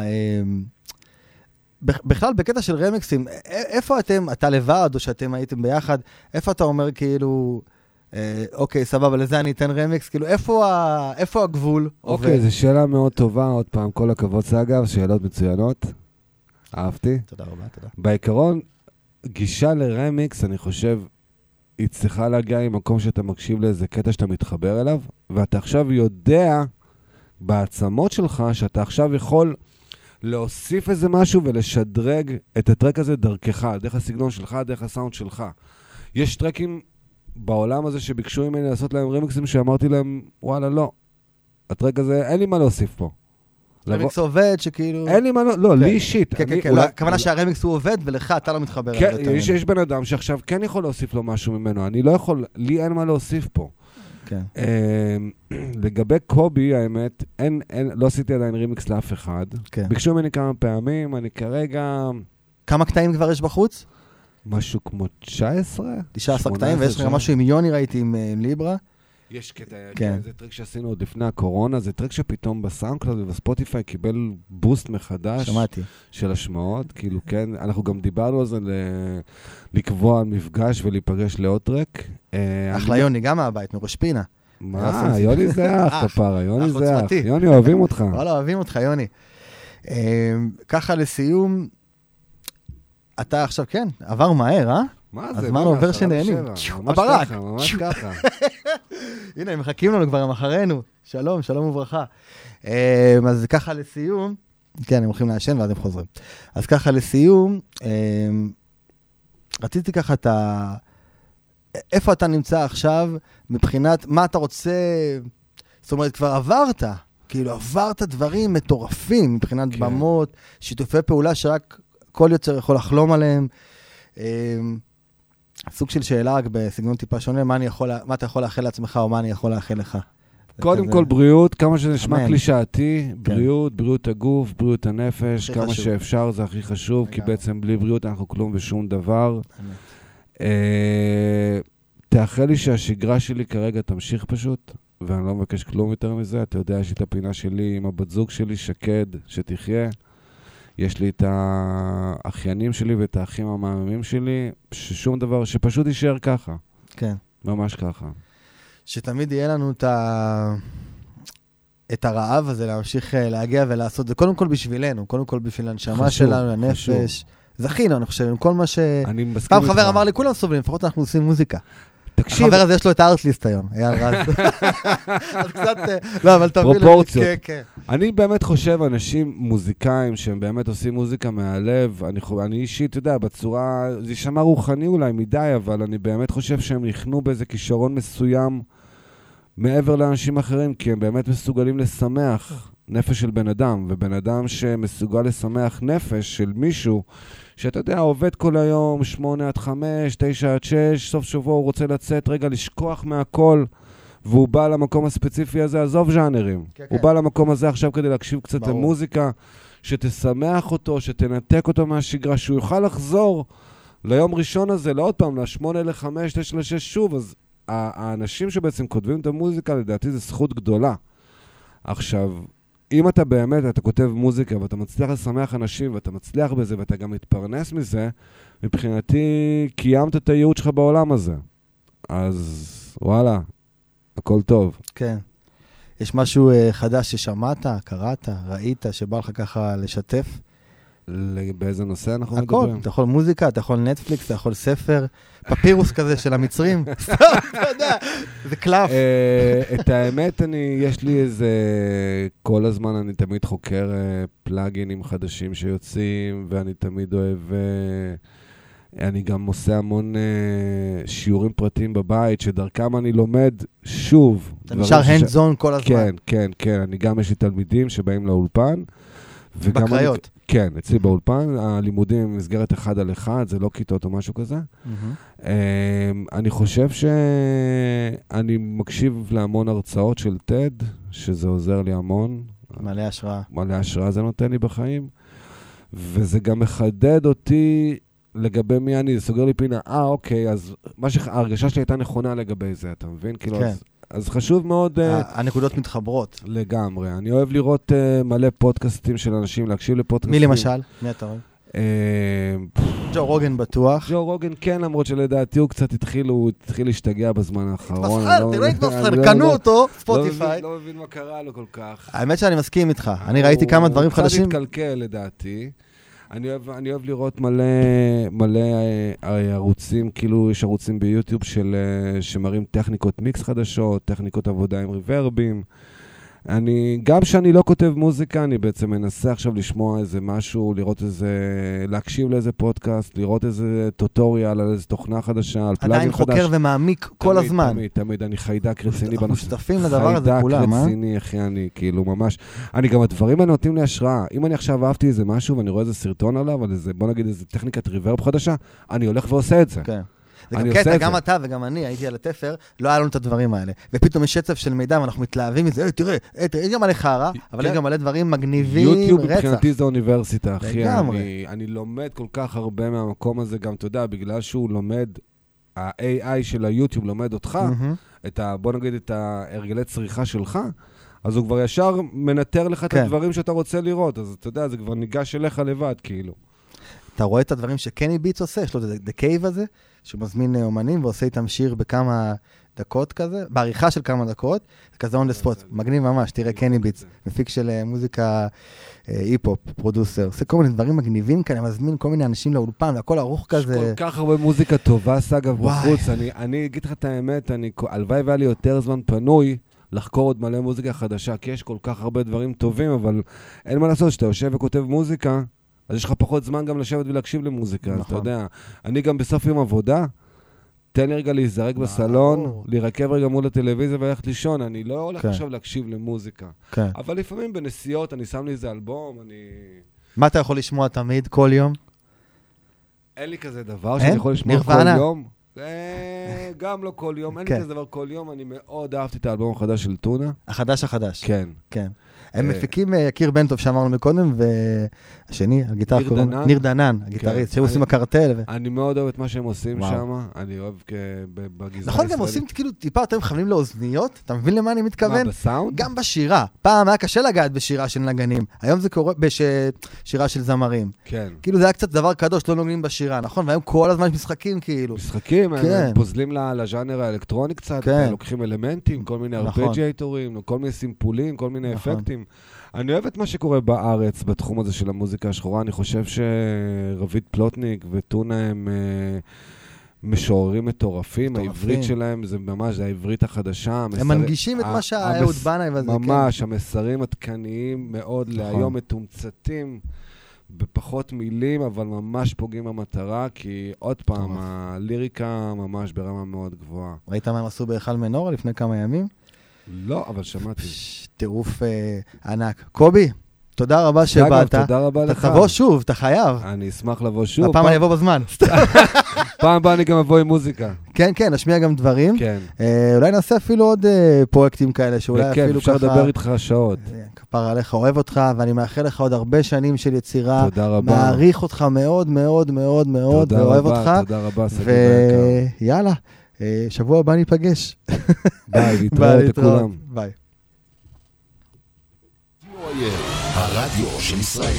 בכלל, בקטע של רמיקסים, איפה אתם, אתה לבד, או שאתם הייתם ביחד, איפה אתה אומר כאילו, אוקיי, סבבה, לזה אני אתן רמיקס, כאילו, איפה הגבול? אוקיי, זו שאלה מאוד טובה, עוד פעם, כל הכבוד סגב, שאלות מצוינות. אהבתי. תודה רבה, תודה. בעיקרון, גישה לרמיקס, אני חושב, היא צריכה להגיע ממקום שאתה מקשיב לאיזה קטע שאתה מתחבר אליו, ואתה עכשיו יודע בעצמות שלך שאתה עכשיו יכול להוסיף איזה משהו ולשדרג את הטרק הזה דרכך, דרך הסגנון שלך, דרך הסאונד שלך. יש טרקים בעולם הזה שביקשו ממני לעשות להם רמיקסים שאמרתי להם, וואלה, לא. הטרק הזה, אין לי מה להוסיף פה. רמיקס עובד שכאילו... אין לי מה, לא, לי אישית. כן, כן, כן, הכוונה שהרמיקס הוא עובד ולך אתה לא מתחבר. כן, יש בן אדם שעכשיו כן יכול להוסיף לו משהו ממנו, אני לא יכול, לי אין מה להוסיף פה. כן. לגבי קובי, האמת, לא עשיתי עדיין רמיקס לאף אחד. ביקשו ממני כמה פעמים, אני כרגע... כמה קטעים כבר יש בחוץ? משהו כמו תשע עשרה? תשע עשרה קטעים, ויש לך משהו עם יוני ראיתי עם ליברה. יש קטע, כן. זה טרק שעשינו עוד לפני הקורונה, זה טרק שפתאום בסאונדקלאוד ובספוטיפיי קיבל בוסט מחדש. שמעתי. של השמעות, כאילו כן, אנחנו גם דיברנו על זה לקבוע מפגש ולהיפגש לעוד טרק. אחלה יוני, גם מהבית, מראש פינה. מה, יוני זה אח, כפרה, יוני זה אח. יוני, אוהבים אותך. וואלה, אוהבים אותך, יוני. ככה לסיום, אתה עכשיו, כן, עבר מהר, אה? מה זה? הזמן עובר שנהנים. הברק. ממש ככה. הנה, הם מחכים לנו כבר, הם אחרינו. שלום, שלום וברכה. אז ככה לסיום, כן, הם הולכים לעשן ואז הם חוזרים. אז ככה לסיום, רציתי ככה את ה... איפה אתה נמצא עכשיו מבחינת מה אתה רוצה... זאת אומרת, כבר עברת, כאילו עברת דברים מטורפים מבחינת במות, שיתופי פעולה שרק כל יוצר יכול לחלום עליהם. סוג של שאלה רק בסגנון טיפה שונה, מה, אני יכול, מה אתה יכול לאחל לעצמך או מה אני יכול לאחל לך? קודם כל בריאות, כמה שזה נשמע קלישאתי, בריאות, בריאות הגוף, בריאות הנפש, כמה שאפשר זה הכי חשוב, כי בעצם בלי בריאות אנחנו כלום ושום דבר. תאחל לי שהשגרה שלי כרגע תמשיך פשוט, ואני לא מבקש כלום יותר מזה, אתה יודע, יש לי את הפינה שלי עם הבת זוג שלי, שקד, שתחיה. יש לי את האחיינים שלי ואת האחים המאממים שלי, ששום דבר, שפשוט יישאר ככה. כן. ממש ככה. שתמיד יהיה לנו את, ה... את הרעב הזה להמשיך להגיע ולעשות זה, קודם כל בשבילנו, קודם כל בשביל הנשמה שלנו, הנפש. זכינו, אני חושב, עם כל מה ש... אני מסכים פעם חבר אמר לי, כולם סובלים, לפחות אנחנו עושים מוזיקה. תקשיב. החבר הזה יש לו את הארטליסט היום, אייל רז. אז קצת, לא, אבל תביא... פרופורציות. אני באמת חושב, אנשים מוזיקאים שהם באמת עושים מוזיקה מהלב, אני, אני אישית, אתה יודע, בצורה, זה יישמע רוחני אולי מדי, אבל אני באמת חושב שהם יכנו באיזה כישרון מסוים מעבר לאנשים אחרים, כי הם באמת מסוגלים לשמח נפש של בן אדם, ובן אדם שמסוגל לשמח נפש של מישהו, שאתה יודע, עובד כל היום, שמונה עד חמש, תשע עד שש, סוף שבוע הוא רוצה לצאת, רגע לשכוח מהכל, והוא בא למקום הספציפי הזה, עזוב ז'אנרים. כן, הוא כן. בא למקום הזה עכשיו כדי להקשיב קצת ברור. למוזיקה, שתשמח אותו, שתנתק אותו מהשגרה, שהוא יוכל לחזור ליום ראשון הזה, לעוד פעם, לשמונה, לחמש, תשע, לשש, שוב. אז האנשים שבעצם כותבים את המוזיקה, לדעתי זו זכות גדולה. עכשיו, אם אתה באמת, אתה כותב מוזיקה, ואתה מצליח לשמח אנשים, ואתה מצליח בזה, ואתה גם מתפרנס מזה, מבחינתי קיימת את הייעוד שלך בעולם הזה. אז וואלה, הכל טוב. כן. יש משהו uh, חדש ששמעת, קראת, ראית, שבא לך ככה לשתף? באיזה נושא אנחנו הכל, מדברים? אתה יכול מוזיקה, אתה יכול נטפליקס, אתה יכול ספר, פפירוס כזה של המצרים. סתם, אתה יודע, זה קלף. את האמת, אני, יש לי איזה, כל הזמן אני תמיד חוקר פלאגינים חדשים שיוצאים, ואני תמיד אוהב, אני גם עושה המון שיעורים פרטיים בבית, שדרכם אני לומד שוב. אתה נשאר הנד-זון כל הזמן. כן, כן, כן. אני גם יש לי תלמידים שבאים לאולפן. בקריות. כן, אצלי באולפן, הלימודים הם מסגרת אחד על אחד, זה לא כיתות או משהו כזה. אני חושב שאני מקשיב להמון הרצאות של טד, שזה עוזר לי המון. מלא השראה. מלא השראה זה נותן לי בחיים. וזה גם מחדד אותי לגבי מי אני, זה סוגר לי פינה, אה, אוקיי, אז ההרגשה שלי הייתה נכונה לגבי זה, אתה מבין? כאילו, כן. אז... אז חשוב מאוד... הנקודות מתחברות. לגמרי. אני אוהב לראות מלא פודקאסטים של אנשים, להקשיב לפודקאסטים. מי למשל? מי אתה אוהב? ג'ו רוגן בטוח. ג'ו רוגן כן, למרות שלדעתי הוא קצת התחיל, הוא התחיל להשתגע בזמן האחרון. התבשר, תראה התבשר, קנו אותו, ספוטיפיי. לא מבין מה קרה לו כל כך. האמת שאני מסכים איתך. אני ראיתי כמה דברים חדשים. הוא קצת התקלקל לדעתי. אני אוהב, אני אוהב לראות מלא, מלא ערוצים, כאילו יש ערוצים ביוטיוב של, שמראים טכניקות מיקס חדשות, טכניקות עבודה עם ריברבים. אני, גם שאני לא כותב מוזיקה, אני בעצם מנסה עכשיו לשמוע איזה משהו, לראות איזה, להקשיב לאיזה פודקאסט, לראות איזה טוטוריאל על איזה תוכנה חדשה, על פלאגין חדש. עדיין חוקר ומעמיק כל הזמן. תמיד, תמיד, אני חיידק רציני בנושא. אנחנו שותפים לדבר הזה כולם, אה? חיידק רציני, אחי, אני כאילו ממש, אני גם הדברים האלה נותנים לי השראה. אם אני עכשיו אהבתי איזה משהו ואני רואה איזה סרטון עליו, על איזה, בוא נגיד איזה טכניקת ריברב חדשה, אני הולך ועושה את זה. כן. זה גם קטע, גם אתה וגם אני, הייתי על התפר, לא היה לנו את הדברים האלה. ופתאום יש שצף של מידע, ואנחנו מתלהבים מזה, תראה, יש גם מלא חרה, אבל יש גם מלא דברים מגניבים, רצח. יוטיוב מבחינתי זה אוניברסיטה, אחי. לגמרי. אני לומד כל כך הרבה מהמקום הזה, גם אתה יודע, בגלל שהוא לומד, ה-איי איי של היוטיוב לומד אותך, בוא נגיד את ההרגלי צריכה שלך, אז הוא כבר ישר מנטר לך את הדברים שאתה רוצה לראות, אז אתה יודע, זה כבר ניגש אליך לבד, כאילו. אתה רואה את הדברים שקני ביטס עושה, יש לו את The Cave הזה, שהוא מזמין אומנים ועושה איתם שיר בכמה דקות כזה, בעריכה של כמה דקות, כזה on the spot, מגניב ממש, תראה קני ביטס, מפיק של מוזיקה היפ-הופ, פרודוסר, עושה כל מיני דברים מגניבים כאן, מזמין כל מיני אנשים לאולפן, והכל ארוך כזה. יש כל כך הרבה מוזיקה טובה, סגב, בחוץ, אני אגיד לך את האמת, הלוואי והיה לי יותר זמן פנוי, לחקור עוד מלא מוזיקה חדשה, כי יש כל כך הרבה דברים טובים, אבל אין מה לעשות, שאתה יושב וכותב מוזיקה, אז יש לך פחות זמן גם לשבת ולהקשיב למוזיקה, נכון. אז אתה יודע, אני גם בסוף יום עבודה, תן לי רגע להיזרק בסלון, להירקב רגע מול הטלוויזיה וללכת לישון, אני לא הולך עכשיו להקשיב למוזיקה. אבל לפעמים בנסיעות אני שם לי איזה אלבום, אני... מה אתה יכול לשמוע תמיד, כל יום? אין לי כזה דבר שאני יכול לשמוע כל יום. גם לא כל יום, אין לי כזה דבר כל יום, אני מאוד אהבתי את האלבום החדש של טונה. החדש החדש. כן. כן. הם מפיקים יקיר בן טוב שאמרנו מקודם, והשני, הגיטר קוראים, ניר דנן, הגיטריסט, שהם עושים הקרטל. אני מאוד אוהב את מה שהם עושים שם, אני אוהב בגזרה. נכון, גם עושים כאילו טיפה, אתם מכוונים לאוזניות, אתה מבין למה אני מתכוון? מה, בסאונד? גם בשירה. פעם היה קשה לגעת בשירה של נגנים, היום זה קורה בשירה של זמרים. כן. כאילו זה היה קצת דבר קדוש, לא נוגעים בשירה, נכון? והיום כל הזמן יש משחקים כאילו. משחקים, הם פוזלים לז'אנר האלקטרוני קצת, לוקחים אלמנטים, כל מיני ארפג'ייטורים, כל מיני סימפולים, כל מיני אפקטים. אני אוהב את מה שקורה בארץ בתחום הזה של המוזיקה השחורה. אני חושב שרבית פלוטניק וטונה הם משוררים מטורפים. העברית שלהם זה ממש, זה העברית החדשה. הם מנגישים את מה שהאהוד בנאי וזה. ממש, המסרים עדכניים מאוד להיום מתומצתים בפחות מילים, אבל ממש פוגעים במטרה, כי עוד פעם, הליריקה ממש ברמה מאוד גבוהה. ראית מה הם עשו בהיכל מנורה לפני כמה ימים? לא, אבל שמעתי. טירוף ענק. קובי, תודה רבה שבאת. תודה רבה לך. אתה תבוא שוב, אתה חייב. אני אשמח לבוא שוב. הפעם אני אבוא בזמן. פעם הבאה אני גם אבוא עם מוזיקה. כן, כן, נשמיע גם דברים. כן. אולי נעשה אפילו עוד פרויקטים כאלה, שאולי אפילו ככה... כן, אפשר לדבר איתך שעות. כפר עליך, אוהב אותך, ואני מאחל לך עוד הרבה שנים של יצירה. תודה רבה. מעריך אותך מאוד מאוד מאוד מאוד, ואוהב אותך. תודה רבה, סגי בעיקר. ויאללה, שבוע הבא ניפגש. ביי, להתראות לכולם. ביי. הרדיו של ישראל.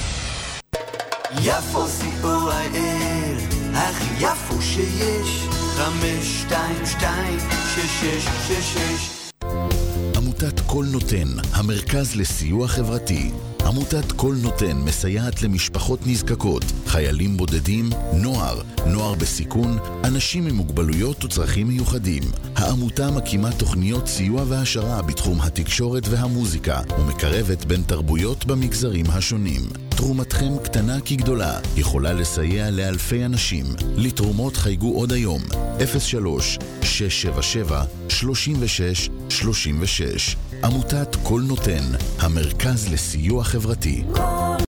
יפו סי או איי אל, הכי יפו שיש, חמש שתיים שתיים שש שש שש שש. עמותת כל נותן, המרכז לסיוע חברתי. עמותת כל נותן מסייעת למשפחות נזקקות, חיילים בודדים, נוער, נוער בסיכון, אנשים עם מוגבלויות וצרכים מיוחדים. העמותה מקימה תוכניות סיוע והשרה בתחום התקשורת והמוזיקה, ומקרבת בין תרבויות במגזרים השונים. תרומתכם קטנה כגדולה, יכולה לסייע לאלפי אנשים. לתרומות חייגו עוד היום, אפס שלוש שש שבע שבע שלושים ושש שלושים ושש. עמותת כל נותן, המרכז לסיוע חברתי.